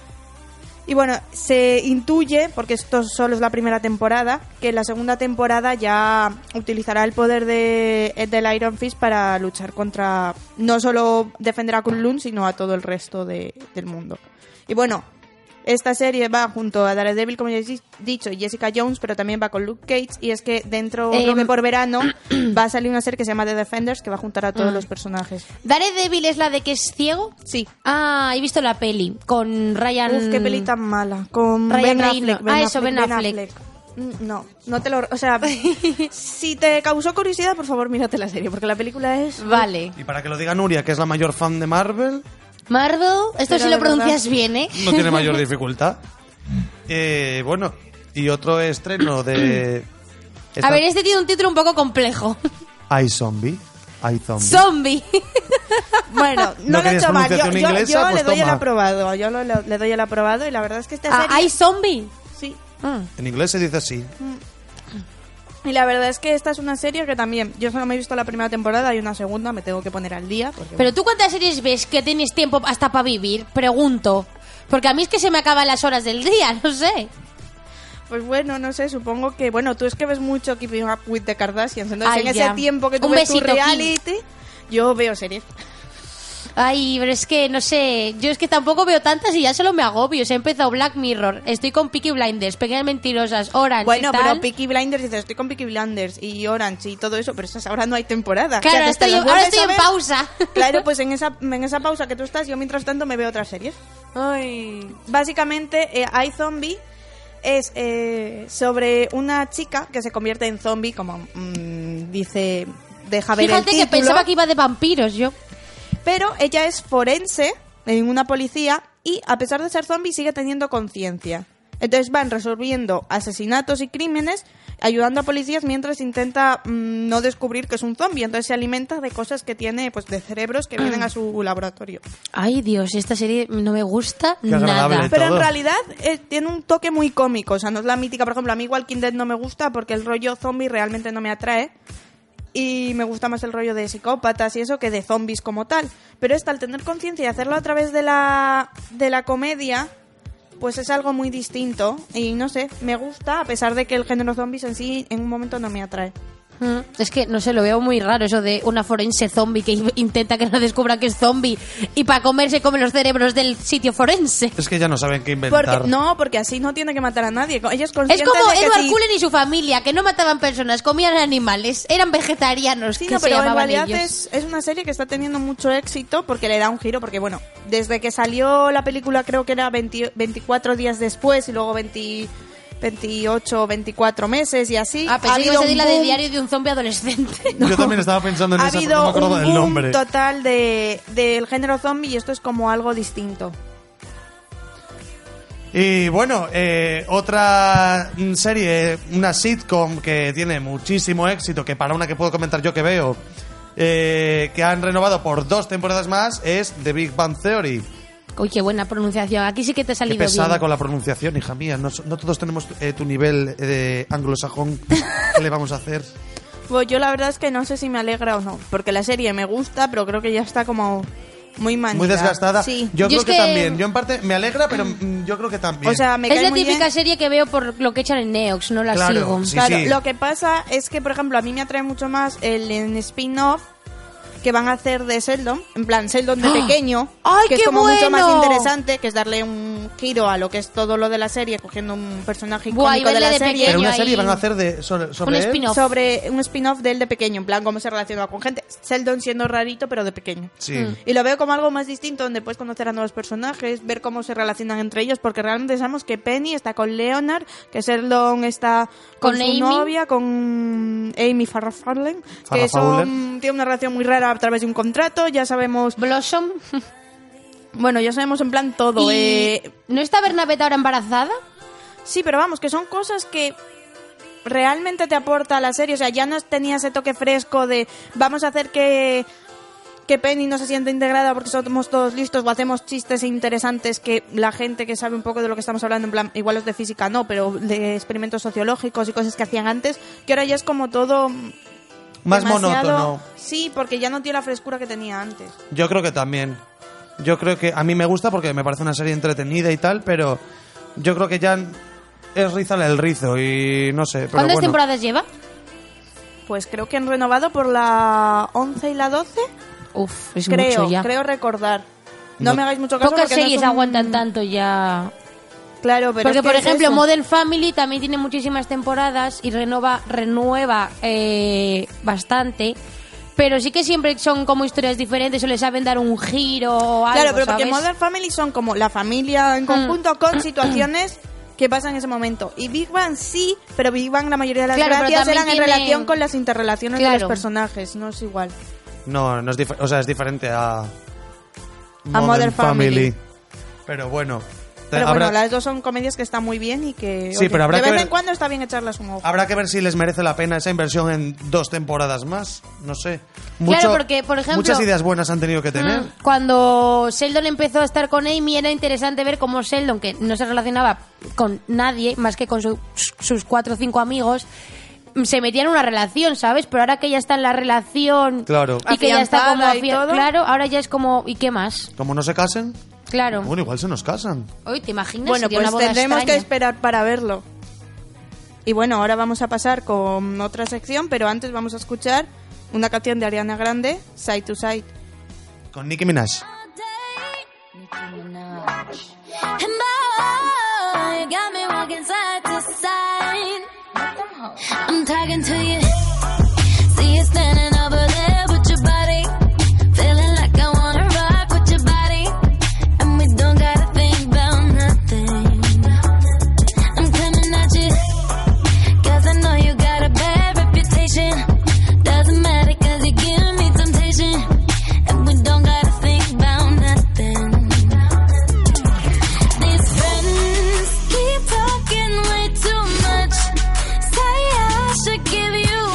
Y bueno, se intuye, porque esto solo es la primera temporada, que en la segunda temporada ya utilizará el poder de, del Iron Fist para luchar contra, no solo defender a Kunlun, sino a todo el resto de, del mundo. Y bueno, esta serie va junto a Daredevil, como ya he dicho, y Jessica Jones, pero también va con Luke Cage, y es que dentro, Eh, creo que por verano, va a salir una serie que se llama The Defenders, que va a juntar a todos Mm. los personajes. ¿Daredevil es la de que es ciego? Sí. Ah, he visto la peli con Ryan... Uf, qué peli tan mala. Con Ryan Ben Reynolds. Affleck. Ben Ah, eso, Affleck, Ben Affleck. Mm, No, no te lo... O sea, si te causó curiosidad, por favor, mírate la serie, porque la película es... Vale. Y para que lo diga Nuria, que es la mayor fan de Marvel, Marvel, esto Pero sí de lo verdad. pronuncias bien, ¿eh? no tiene mayor dificultad. Eh, bueno, y otro estreno de... esta- A ver, este tiene un título un poco complejo. iZombie. iZombie. Zombie. Bueno, no, ¿No lo he querías hecho mal. Yo, pronunciación yo- inglesa? yo Pues le doy el toma. aprobado. Yo lo- lo- le doy el aprobado y la verdad es que esta Ah, serie... ¿hay zombie? Sí. Ah. En inglés se dice así. Y la verdad es que esta es una serie que también... Yo solo me he visto la primera temporada y una segunda, me tengo que poner al día. Porque, Pero tú, ¿cuántas series ves que tienes tiempo hasta para vivir? Pregunto. Porque a mí es que se me acaban las horas del día, no sé. Pues bueno, no sé, supongo que... Bueno, tú es que ves mucho Keeping Up with the Kardashians. Entonces, Ay, en ya. ese tiempo que tú Un ves tu besito, Kim. reality, yo veo series. Ay, pero es que, no sé, yo es que tampoco veo tantas y ya solo me agobio. Se ha empezado Black Mirror, estoy con Peaky Blinders, Pequeñas Mentirosas, Orange Bueno, y tal. pero Peaky Blinders, dices, estoy con Peaky Blinders y Orange y todo eso, pero esas ahora no hay temporada. Claro, O sea, que te estoy- las ahora vuelves estoy a en ver. pausa. Claro, pues en esa, en esa pausa que tú estás, yo mientras tanto me veo otras series. Ay. Básicamente, eh, iZombie es eh, sobre una chica que se convierte en zombie, como mm, dice, deja ver Fíjate el que título. pensaba que iba de vampiros yo. Pero ella es forense en una policía y, a pesar de ser zombie, sigue teniendo conciencia. Entonces van resolviendo asesinatos y crímenes, ayudando a policías mientras intenta mmm, no descubrir que es un zombie. Entonces se alimenta de cosas que tiene, pues, de cerebros que vienen a su laboratorio. Ay, Dios, esta serie no me gusta Qué agradable. nada. Pero todo. en realidad eh, tiene un toque muy cómico. O sea, no es la mítica. Por ejemplo, a mí Walking Dead no me gusta porque el rollo zombie realmente no me atrae. Y me gusta más el rollo de psicópatas y eso que de zombies como tal. Pero esta, al tener conciencia y hacerlo a través de la, de la comedia, pues es algo muy distinto. Y no sé, me gusta, a pesar de que el género zombies en sí en un momento no me atrae. Mm, Es que, no sé, lo veo muy raro eso de una forense zombie que intenta que no descubra que es zombie y para comer se come los cerebros del sitio forense. Es que ya no saben qué inventar. Porque, no, porque así no tiene que matar a nadie. Ella es consciente Es como de que Edward si- Cullen y su familia, que no mataban personas, comían animales, eran vegetarianos, Sí, que no, se pero en llamaban realidad ellos. es, es una serie que está teniendo mucho éxito porque le da un giro, porque bueno, desde que salió la película creo que era veinte, veinticuatro días después y luego veinte, veintiocho, veinticuatro meses y así. Ah, ha pensé que habido ibas a un decir la de boom, Diario de un zombie adolescente. Yo también estaba pensando en ha esa, pero habido no me acuerdo un del boom nombre. total de, del género zombie y esto es como algo distinto. Y bueno, eh, otra mm, serie, una sitcom que tiene muchísimo éxito, que para una que puedo comentar yo que veo, eh, que han renovado por dos temporadas más, es The Big Bang Theory. Uy, qué buena pronunciación. Aquí sí que te ha Qué salido pesada bien. con la pronunciación, hija mía. No, no todos tenemos eh, tu nivel de anglosajón. ¿Qué le vamos a hacer? Pues yo la verdad es que no sé si me alegra o no, porque la serie me gusta, pero creo que ya está como muy manida. Muy desgastada. Sí. Yo, Yo creo es que, que- también. Yo en parte me alegra, pero mm, yo creo que también. O sea, me Es cae la muy típica bien. serie que veo por lo que echan en Neox, no la Claro, sigo. sí. Claro, lo que pasa es que, por ejemplo, a mí me atrae mucho más el en spin-off que van a hacer de Sheldon, en plan Sheldon de pequeño, ¡Ay, que qué es como mucho más bueno! interesante, que es darle un giro a lo que es todo lo de la serie, cogiendo un personaje Buah, y icónico de verle la de serie. pequeño pero una ahí- serie van a hacer de sobre, sobre Un él. spin-off. Sobre un spin-off de él de pequeño, en plan cómo se relaciona con gente. Sheldon siendo rarito, pero de pequeño. Sí. Mm. Y lo veo como algo más distinto, donde puedes conocer a nuevos personajes, ver cómo se relacionan entre ellos, porque realmente sabemos que Penny está con Leonard, que Sheldon está con, Con su Amy. novia, con Amy Farrah Fowler, Farrah que Fowler. son, tiene una relación muy rara a través de un contrato, ya sabemos, Blossom. bueno, ya sabemos en plan todo. ¿Y eh, no está Bernabetta ahora embarazada? Sí, pero vamos, que son cosas que realmente te aporta la serie. O sea, ya no tenía ese toque fresco de vamos a hacer que, que Penny no se sienta integrada porque somos todos listos o hacemos chistes interesantes que la gente que sabe un poco de lo que estamos hablando, en plan, igual los de física no, pero de experimentos sociológicos y cosas que hacían antes, que ahora ya es como todo... Más demasiado- monótono. Sí, porque ya no tiene la frescura que tenía antes. Yo creo que también. Yo creo que a mí me gusta porque me parece una serie entretenida y tal, pero yo creo que ya es rizarle el rizo y no sé. Pero ¿Cuántas bueno. temporadas lleva? Pues creo que han renovado por la once y la doce. Uf, es creo, mucho ya. creo recordar. No, No- me hagáis mucho caso Pocas porque no series son- aguantan tanto ya. Claro, pero Porque, es que por es ejemplo, eso. Modern Family también tiene muchísimas temporadas y renova, renueva eh, bastante. Pero sí que siempre son como historias diferentes o le saben dar un giro o algo, Claro, pero porque ¿sabes? Modern Family son como la familia en conjunto con situaciones que pasan en ese momento. Y Big Bang sí, pero Big Bang la mayoría de las Claro, pero gracias también eran en tiene- relación con las interrelaciones de Claro. los personajes, no es igual. No, no es diferente. O sea, es diferente a. Modern Family. Pero bueno. te- Pero habrá, bueno, las dos son comedias que están muy bien y que Sí, oye, pero habrá de que vez ver- en cuando está bien echarlas un ojo. habrá que ver si les merece la pena esa inversión en dos temporadas más. No sé. Claro, porque, por ejemplo- Muchas ideas buenas han tenido que tener. Mm, Cuando Sheldon empezó a estar con Amy era interesante ver cómo Sheldon, que no se relacionaba con nadie más que con su- sus cuatro o cinco amigos, mm, se metía en una relación, ¿sabes? Pero ahora que ya está en la relación Claro. y que ya está como Afianzada y afia- todo. claro, ahora ya es como ¿y qué más? Como no se casen, Claro. bueno, igual se nos casan. Hoy te imaginas Bueno, Sería pues una boda tendremos que extraña. esperar para verlo. Y bueno, ahora vamos a pasar con otra sección, pero antes vamos a escuchar una canción de Ariana Grande, Side to Side. Con Nicki Minaj. And boy, you got me walking side to side. I'm talking to you. See you standing over there with your body. Feeling like I wanna rock with your body. And we don't gotta think about nothing. I'm coming at you. Cause I know you got a bad reputation. Doesn't matter cause you give me temptation. And we don't gotta think about nothing. These friends keep talking way too much. Say I should give you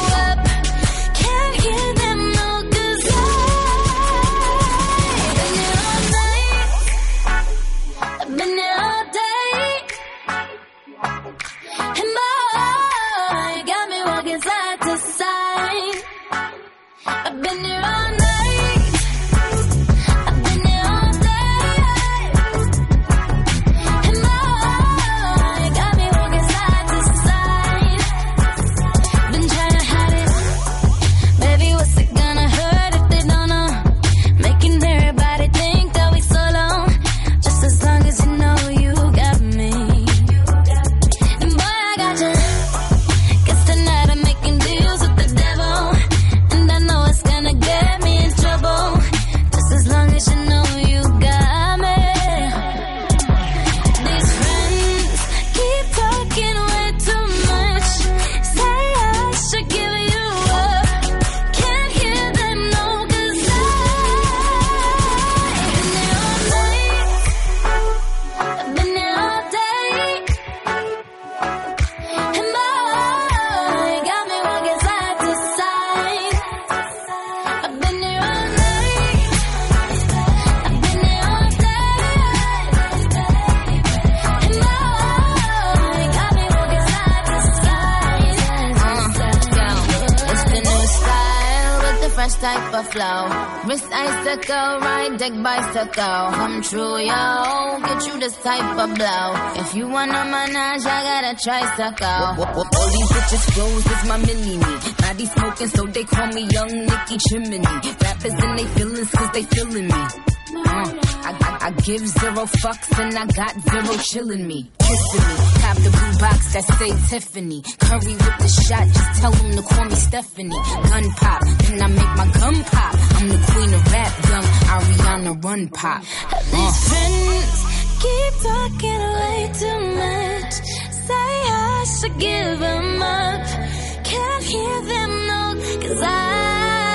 type of flow. Wrist icicle, ride deck bicycle. Come true, yo. Get you this type of blow. If you wanna manage, I got a tricycle. All these bitches flows is my mini me. Body smoking, so they call me Young Nicky Chimney. Rappers and they feelings, cause they feeling me. Uh, I, I, I give zero fucks and I got zero chillin' me. Kissing me, cop the blue box that say Tiffany. Curry with the shot, just tell them to call me Stephanie. Gun pop, then I make my gun pop. I'm the queen of rap, young Ariana Run Pop. Uh. These friends keep talking way too much. Say I should give them up. Can't hear them, no, cause I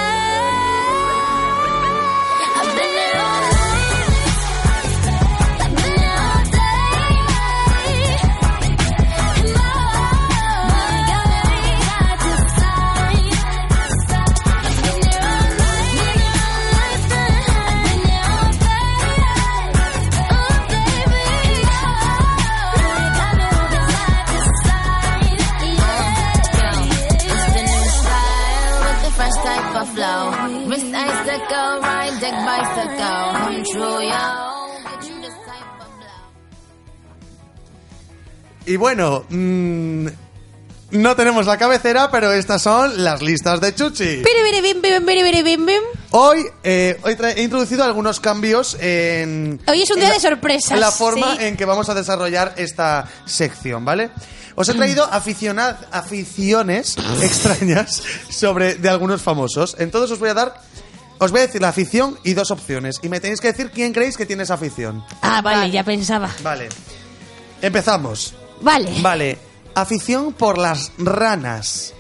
I've been there all night. I've been there all day. And I got me, got to decide. I've been there all night. I've been there all day. Oh baby, I got me, got to decide. It's the new style with the fresh type of flow. Wrist icicle, ride deck bicycle. Come true, yo. Get you this type of flow. Y bueno, mmm, no tenemos la cabecera, pero estas son las listas de Chuchi. Biri, biri, bim, bim, biri, biri, bim, bim. Hoy, eh, hoy tra- he introducido algunos cambios en... Hoy es un en día la- de sorpresas. En la forma Sí. en que vamos a desarrollar esta sección, ¿vale? Os he traído aficiona- aficiones extrañas sobre de algunos famosos. Entonces os voy a dar... Os voy a decir la afición y dos opciones. Y me tenéis que decir quién creéis que tiene esa afición. Ah, vale, ya pensaba. Vale. Empezamos. Vale. Vale. Afición por las ranas.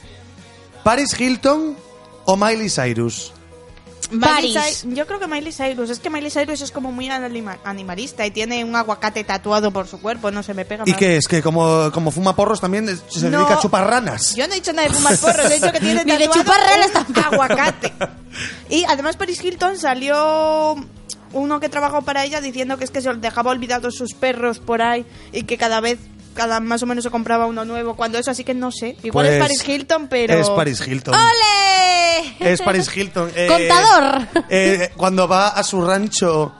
¿Paris Hilton o Miley Cyrus? Miley Paris. Cy- yo creo que Miley Cyrus. Es que Miley Cyrus es como muy anima- animalista y tiene un aguacate tatuado por su cuerpo. No se me pega ¿Y más. qué es? ¿Que como, como fuma porros también es- se No. dedica a chupar ranas? Yo no he dicho nada de fumar porros, he dicho que tiene Ni de tatuado chupar ranas un tampoco. aguacate. Y además Paris Hilton salió uno que trabajó para ella diciendo que es que se dejaba olvidados sus perros por ahí y que cada vez, cada más o menos se compraba uno nuevo. Cuando eso así que no sé. Igual Pues es Paris Hilton, pero... Es Paris Hilton. ¡Ole! Es Paris Hilton. Eh, Contador. eh, cuando va a su rancho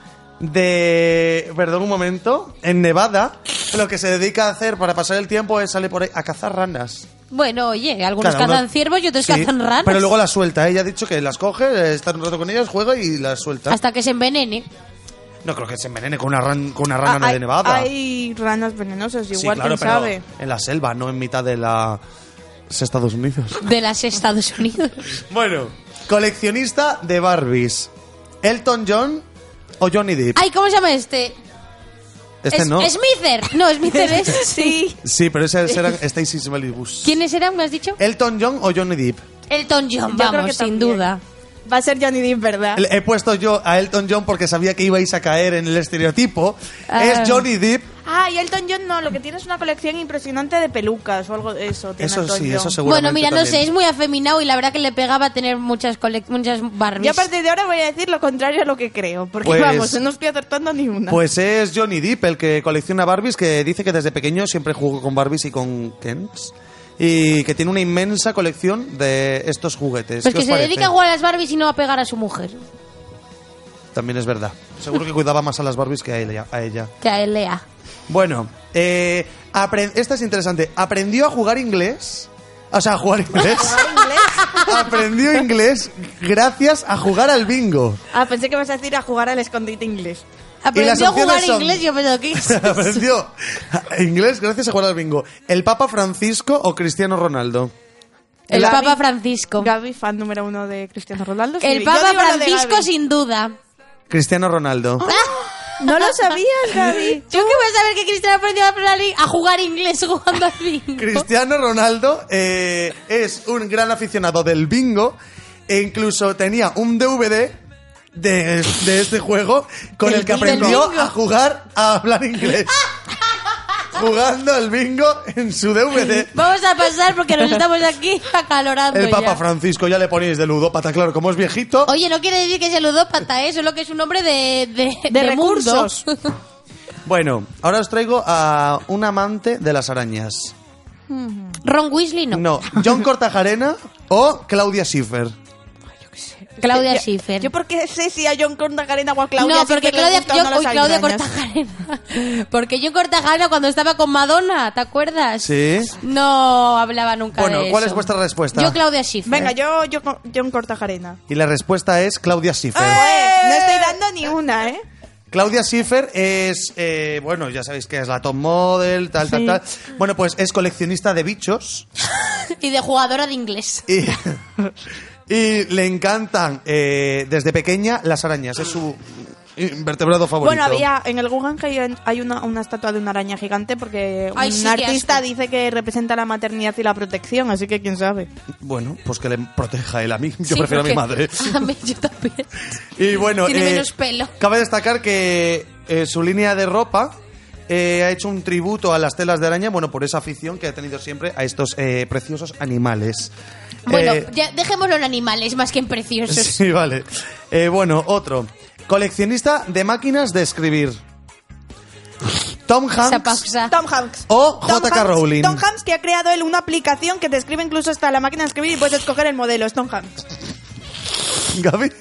de... Perdón un momento. En Nevada, lo que se dedica a hacer para pasar el tiempo es salir por ahí a cazar ranas. Bueno, oye, algunos Cada uno- cazan ciervos y otros Sí, cazan ranas. Pero luego las suelta. Ella ha dicho que las coge, está un rato con ellas, juega y las suelta. Hasta que se envenene. No creo que se envenene con una, ran- con una rana Ah, de hay, Nevada. hay ranas venenosas, Sí, igual, claro, quién pero sabe. en la selva, no en mitad de la... Estados Unidos. De las Estados Unidos. Bueno, coleccionista de Barbies. ¿Elton John o Johnny Depp? Ay, ¿cómo se llama este? Este Es- no. Smither. No, Smither es... Sí. Sí, pero ese era Stacey Malibu. ¿Quiénes eran, me has dicho? ¿Elton John o Johnny Depp? Elton John, Yo creo vamos, que sin también. duda. Va a ser Johnny Depp, ¿verdad? Le- He puesto yo a Elton John porque sabía que ibais a caer en el estereotipo. Ah. Es Johnny Depp. Ah, y Elton John no, lo que tiene es una colección impresionante de pelucas o algo de eso. Tiene Eso Elton sí, John. eso seguramente Bueno, mira, no también. sé, es muy afeminado y la verdad que le pegaba tener muchas colec- muchas Barbies. Yo a partir de ahora voy a decir lo contrario a lo que creo, porque Pues- vamos, no estoy acertando ni una. Pues es Johnny Depp el que colecciona Barbies, que dice que desde pequeño siempre jugó con Barbies y con Kens. Y que tiene una inmensa colección de estos juguetes. Pues ¿Qué que os se parece? dedica a jugar a las Barbies y no a pegar a su mujer. También es verdad. Seguro que cuidaba más a las Barbies que a ella. A ella. Que a él lea. Bueno, eh, apre- esta es interesante. Aprendió a jugar inglés. O sea, a jugar inglés. Aprendió inglés gracias a jugar al bingo. Ah, pensé que ibas a decir a jugar al escondite inglés. Aprendió las a jugar opciones son- inglés y yo pensaba que... Aprendió inglés gracias a jugar al bingo. ¿El Papa Francisco o Cristiano Ronaldo? El Gaby- Papa Francisco. Gaby, fan número uno de Cristiano Ronaldo. El Sí, Papa yo digo lo de Francisco Gaby. sin duda. Cristiano Ronaldo. No lo sabías, Gaby. Yo que voy a saber que Cristiano aprendió a, hablar- a jugar inglés jugando al bingo. Cristiano Ronaldo eh, es un gran aficionado del bingo e incluso tenía un D V D de, de este juego con ¿Del el que bingo? aprendió ¿Del bingo? a jugar a hablar inglés. Jugando al bingo en su D V D. Vamos a pasar porque nos estamos aquí acalorando El Papa ya. Francisco, ya le ponéis de ludópata, claro, como es viejito. Oye, no quiere decir que sea ludópata, ¿eh? Solo que es un hombre de, de, De de mundo. recursos. Bueno, ahora os traigo a un amante de las arañas. Ron Weasley no. No, John Cortajarena o Claudia Schiffer. Claudia Yo- Schiffer. Yo porque sé si a John Cortajarena o a Claudia no, porque Schiffer les Claudia, gustan yo, o no las uy, Claudia arañas. Cortajarena. Porque yo Cortajarena cuando estaba con Madonna, ¿te acuerdas? Sí. No hablaba nunca Bueno, de ¿cuál eso. es vuestra respuesta? Yo Claudia Schiffer. Venga, yo, yo John Cortajarena. Y la respuesta es Claudia Schiffer. Pues, no estoy dando ni una, ¿eh? Claudia Schiffer es, eh, bueno, ya sabéis que es la top model, tal, tal, Sí. tal. Bueno, pues es coleccionista de bichos Y de jugadora de inglés. y, y le encantan eh, desde pequeña las arañas. Es su invertebrado favorito. Bueno, había en el Guggenheim hay una, una estatua de una araña gigante porque Ay, un sí, qué artista asco. dice que representa la maternidad y la protección, así que quién sabe. Bueno, pues que le proteja a él a mí. Yo Sí, prefiero a mi porque- madre. A mí, yo también. Y bueno, Tiene eh, menos pelo. cabe destacar que eh, su línea de ropa eh, ha hecho un tributo a las telas de araña, bueno, por esa afición que ha tenido siempre a estos eh, preciosos animales. Bueno, Eh, ya dejémoslo en animales más que en preciosos. sí, vale. Eh, bueno, otro. Coleccionista de máquinas de escribir. Tom Esa Hanks pausa. Tom Hanks. o Tom J K Hanks- Rowling. Tom Hanks, que ha creado él una aplicación que te escribe incluso hasta la máquina de escribir y puedes escoger el modelo. Es Tom Hanks. Gaby.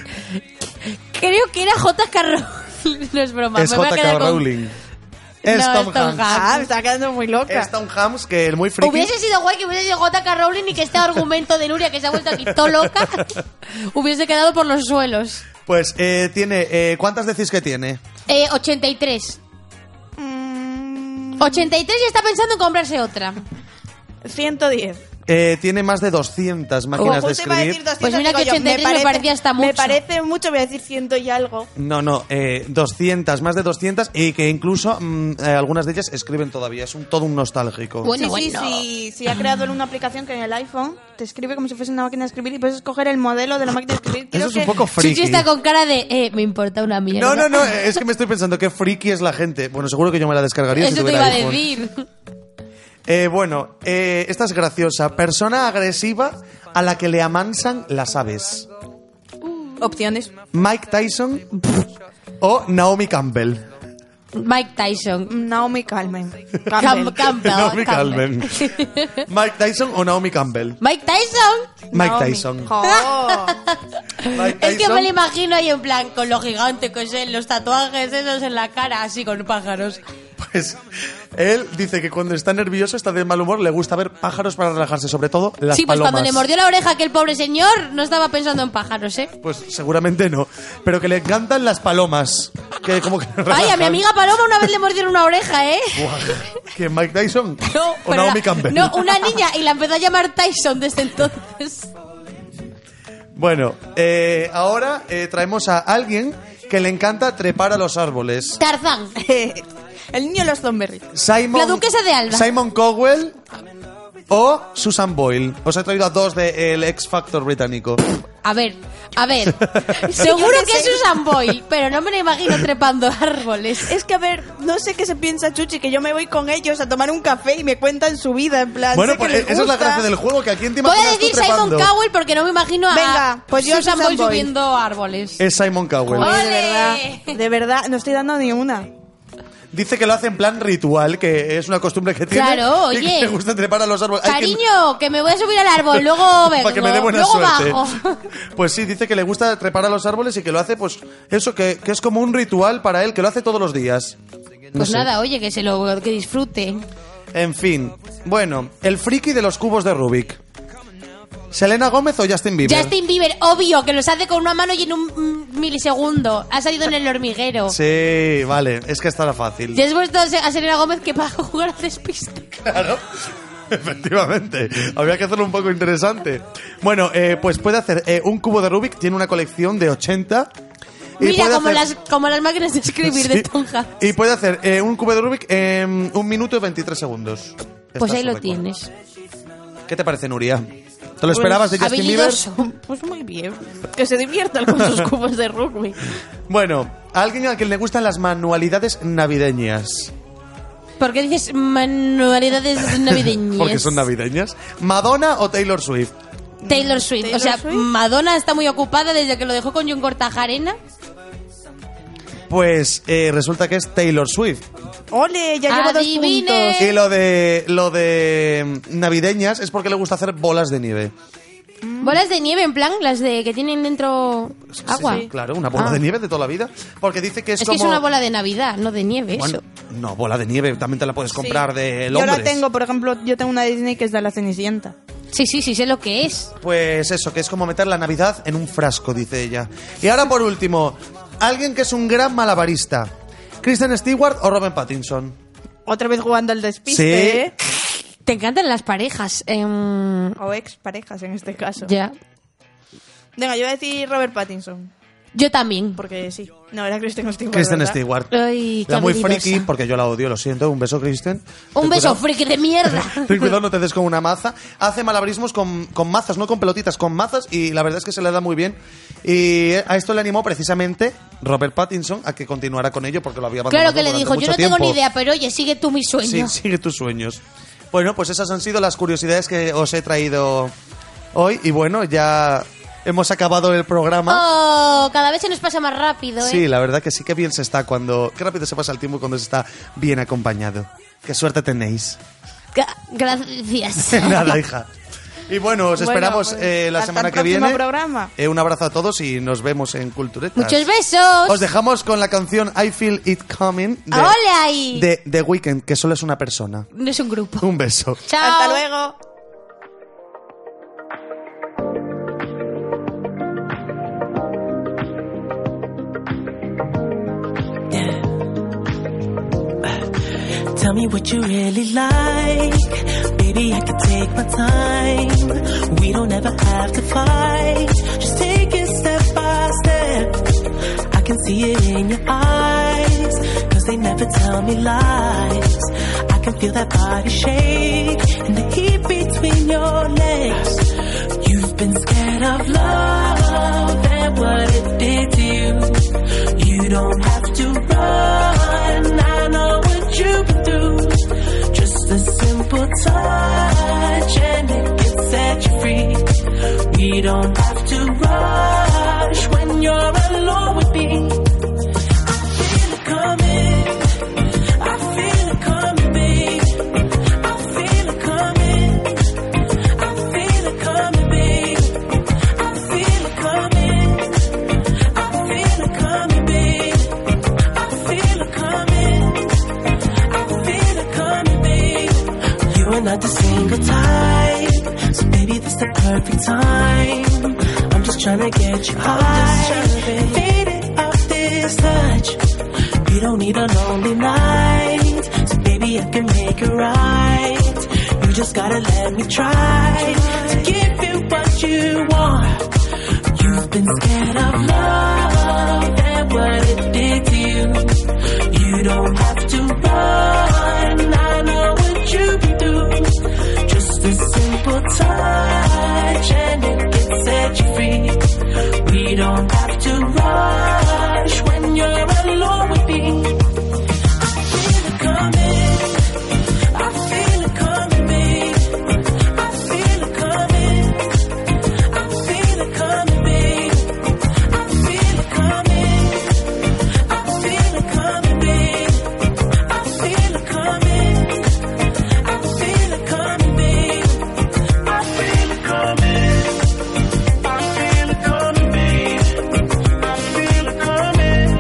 Creo que era J K Rowling. No es broma. Es me voy a J K quedar con- Rowling. Es No, Tom es Tom Hanks. Ah, me está quedando muy loca. Es Tom Hanks, que el muy friki. Hubiese sido guay que hubiese sido J K Rowling y que este argumento de Nuria, que se ha vuelto aquí todo loca, hubiese quedado por los suelos. Pues eh, tiene... Eh, ¿Cuántas decís que tiene? Eh, ochenta y tres. Mm, ochenta y tres y está pensando en comprarse otra. ciento diez. Eh, tiene más de doscientas máquinas de Justo iba a decir escribir. doscientos, Pues mira digo que yo, ochenta y tres me parecía hasta Me mucho. parece mucho, voy a decir ciento y algo. No, no, eh, doscientas, más de doscientas, y que incluso mm, eh, algunas de ellas escriben todavía. Es un todo un nostálgico. Bueno, sí, sí, bueno. sí, sí, ha creado él una aplicación que en el iPhone te escribe como si fuese una máquina de escribir y puedes escoger el modelo de la máquina de escribir. Creo Eso es un que- poco friki. Chuchi está con cara de, eh, me importa una mierda. No, no, no, es que me estoy pensando qué friki es la gente. Bueno, seguro que yo me la descargaría si Eso te tuviera iba a iPhone. decir. Eh, bueno, eh, esta es graciosa. Persona agresiva a la que le amansan las aves. Opciones. Mike Tyson o Naomi Campbell. Mike Tyson. Naomi Calmen. Cam- Campbell. Naomi Campbell. Campbell. Mike Tyson o Naomi Campbell. Mike Tyson. Mike Naomi. Tyson. Oh. Mike Es que Tyson. me lo imagino ahí en plan, con lo gigante que es, los tatuajes esos en la cara, así con pájaros. Pues él dice que cuando está nervioso, está de mal humor, le gusta ver pájaros para relajarse, sobre todo las Sí, pues palomas. cuando le mordió la oreja aquel pobre señor, no estaba pensando en pájaros, ¿eh? Pues seguramente no. Pero que le encantan las palomas. Que como que le Ay, a relajan. mi amiga Paloma una vez le mordieron una oreja, ¿eh? Buah, ¿quién, Mike Tyson? No, ¿O pero Naomi la- Campbell? no, una niña y la empezó a llamar Tyson desde entonces. Bueno, eh, ahora eh, traemos a alguien que le encanta trepar a los árboles. Tarzán. El niño de los Thornberry. Simon, La duquesa de Alba. Simon Cowell o Susan Boyle. Os he traído a dos del X Factor británico. A ver, a ver. Seguro que es Susan Boyle, pero no me la imagino trepando árboles. Es que, a ver, no sé qué se piensa Chuchi, que yo me voy con ellos a tomar un café y me cuentan su vida, en plan. Bueno, sé pues que les esa es la gusta. gracia del juego, que aquí en te Voy a imaginas tú decir Simon trepando. Cowell porque no me imagino a Venga, pues yo Susan Susan Boyle Boyle. subiendo árboles. Es Simon Cowell. Joder, de ¡Ole! verdad, de verdad, no estoy dando ni una. Dice que lo hace en plan ritual, que es una costumbre que tiene. Claro, y que oye. le gusta trepar a los árboles. Hay que- Cariño, que me voy a subir al árbol, luego vengo, para que me dé buena luego suerte. bajo. Pues sí, dice que le gusta trepar a los árboles y que lo hace, pues, eso, que, que es como un ritual para él, que lo hace todos los días. No Pues sé. nada, oye, que se lo que disfrute. En fin. Bueno, el friki de los cubos de Rubik. ¿Selena Gómez o Justin Bieber? Justin Bieber, obvio, que los hace con una mano y en un mm, milisegundo. Ha salido en el hormiguero. Sí, vale, es que estará fácil. Ya has puesto a Selena Gómez que para jugar a despiste. Claro. Efectivamente, habría que hacerlo un poco interesante. Bueno, eh, pues puede hacer eh, un cubo de Rubik, tiene una colección de ochenta. y Mira, puede como, hacer- las, como las máquinas de escribir Sí. de Tonja. Y puede hacer eh, un cubo de Rubik en un minuto y veintitrés segundos. Pues Está ahí su lo récord. tienes. ¿Qué te parece, Nuria? ¿Te lo esperabas de Justin Bieber? Habilidoso. Pues muy bien. Que se diviertan con sus cubos de rugby. Bueno, a alguien al que le gustan las manualidades navideñas. ¿Por qué dices manualidades navideñas? Porque son navideñas. ¿Madonna o Taylor Swift? Taylor Swift. ¿Taylor o sea, Swift? Madonna está muy ocupada desde que lo dejó con John Cortajarena. Pues eh, resulta que es Taylor Swift. Ole, ya llevo dos Adivine. puntos. Y lo de lo de navideñas es porque le gusta hacer bolas de nieve. Bolas de nieve, en plan, las de que tienen dentro agua. Sí, claro, una bola Ah. de nieve de toda la vida. Porque dice que es, Es como... que es una bola de Navidad, no de nieve, Bueno, eso. no, bola de nieve también te la puedes comprar de Yo Londres. la tengo, por ejemplo, yo tengo una de Disney que es de la Cenicienta. Sí, sí, sí, sé lo que es. Pues eso, que es como meter la Navidad en un frasco, dice ella. Y ahora, por último, alguien que es un gran malabarista. ¿Kristen Stewart o Robert Pattinson? Otra vez jugando al despiste, Sí. ¿eh? Te encantan las parejas. em, O ex parejas en este caso. Ya. Venga, yo voy a decir Robert Pattinson. Yo también. Porque sí. No, era Kristen Stewart. Kristen ¿verdad? Stewart. Ay, qué La muy habilidosa. friki, porque yo la odio, lo siento. Un beso, Kristen. Un Ten beso cuidado. friki de mierda. Ten cuidado, no te des con una maza. Hace malabarismos con, con mazas, no con pelotitas, con mazas, y la verdad es que se le da muy bien. Y a esto le animó precisamente Robert Pattinson a que continuara con ello, porque lo había abandonado Claro que le durante dijo, yo mucho no tengo tiempo. ni idea, pero oye, sigue tú mis Sí, sueños. sigue tus sueños. Bueno, pues esas han sido las curiosidades que os he traído hoy. Y bueno, ya hemos acabado el programa. Oh, cada vez se nos pasa más rápido, ¿eh? Sí, la verdad que sí que bien se está cuando... Qué rápido se pasa el tiempo cuando se está bien acompañado. Qué suerte tenéis. Ga- Gracias. Nada, hija. Y bueno, os Bueno, esperamos pues, eh, la hasta semana el que próximo viene. programa. Eh, un abrazo a todos y nos vemos en Culturetas. Muchos besos. Os dejamos con la canción I Feel It Coming de, ¡Ole ahí! de The Weeknd, que solo es una persona. No es un grupo. Un beso. Chao. Hasta luego. Tell me what you really like. Baby, I can take my time. We don't ever have to fight. Just take it step by step. I can see it in your eyes. Cause they never tell me lies. I can feel that body shake. And the heat between your legs. You've been scared of love and what it did to you. You don't have to run. I know what you've been through. Just a simple touch and it can set you free. We don't have to rush when you're alone with me. I feel it coming. I feel it coming, babe. I feel it coming. I feel it coming, babe. I feel it coming. I feel it coming, babe. I feel it coming. I feel it coming, babe. You are not the single type, so baby, this the perfect time. I'm just tryna get you high, faded off this touch. You don't need a lonely night, so baby, I can make it right. You just gotta let me try to give you what you want. You've been scared of love and what it did to you. You don't have to run. I know what you've been through. Just a simple touch and it can set you free. We don't have to rush when you're alone with me. I feel it coming. I feel it coming, babe. I feel it coming. I feel it coming, babe. I feel it coming. I feel it coming, babe. I feel it coming. I feel it coming, babe. I feel it coming. I feel it coming, babe. I feel it coming.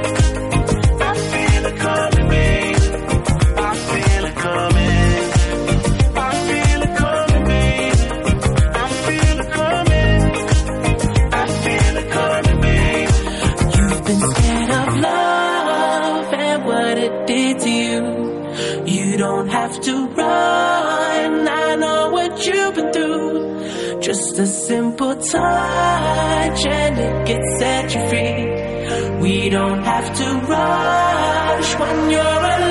I feel it coming, babe. I feel it coming. I feel it coming, babe. I feel it coming. I feel it coming, babe. You've been scared of love and what it did to you. You don't have to run. I know what you've been through. Just a simple touch and it can set you free. We don't have to rush when you're alone.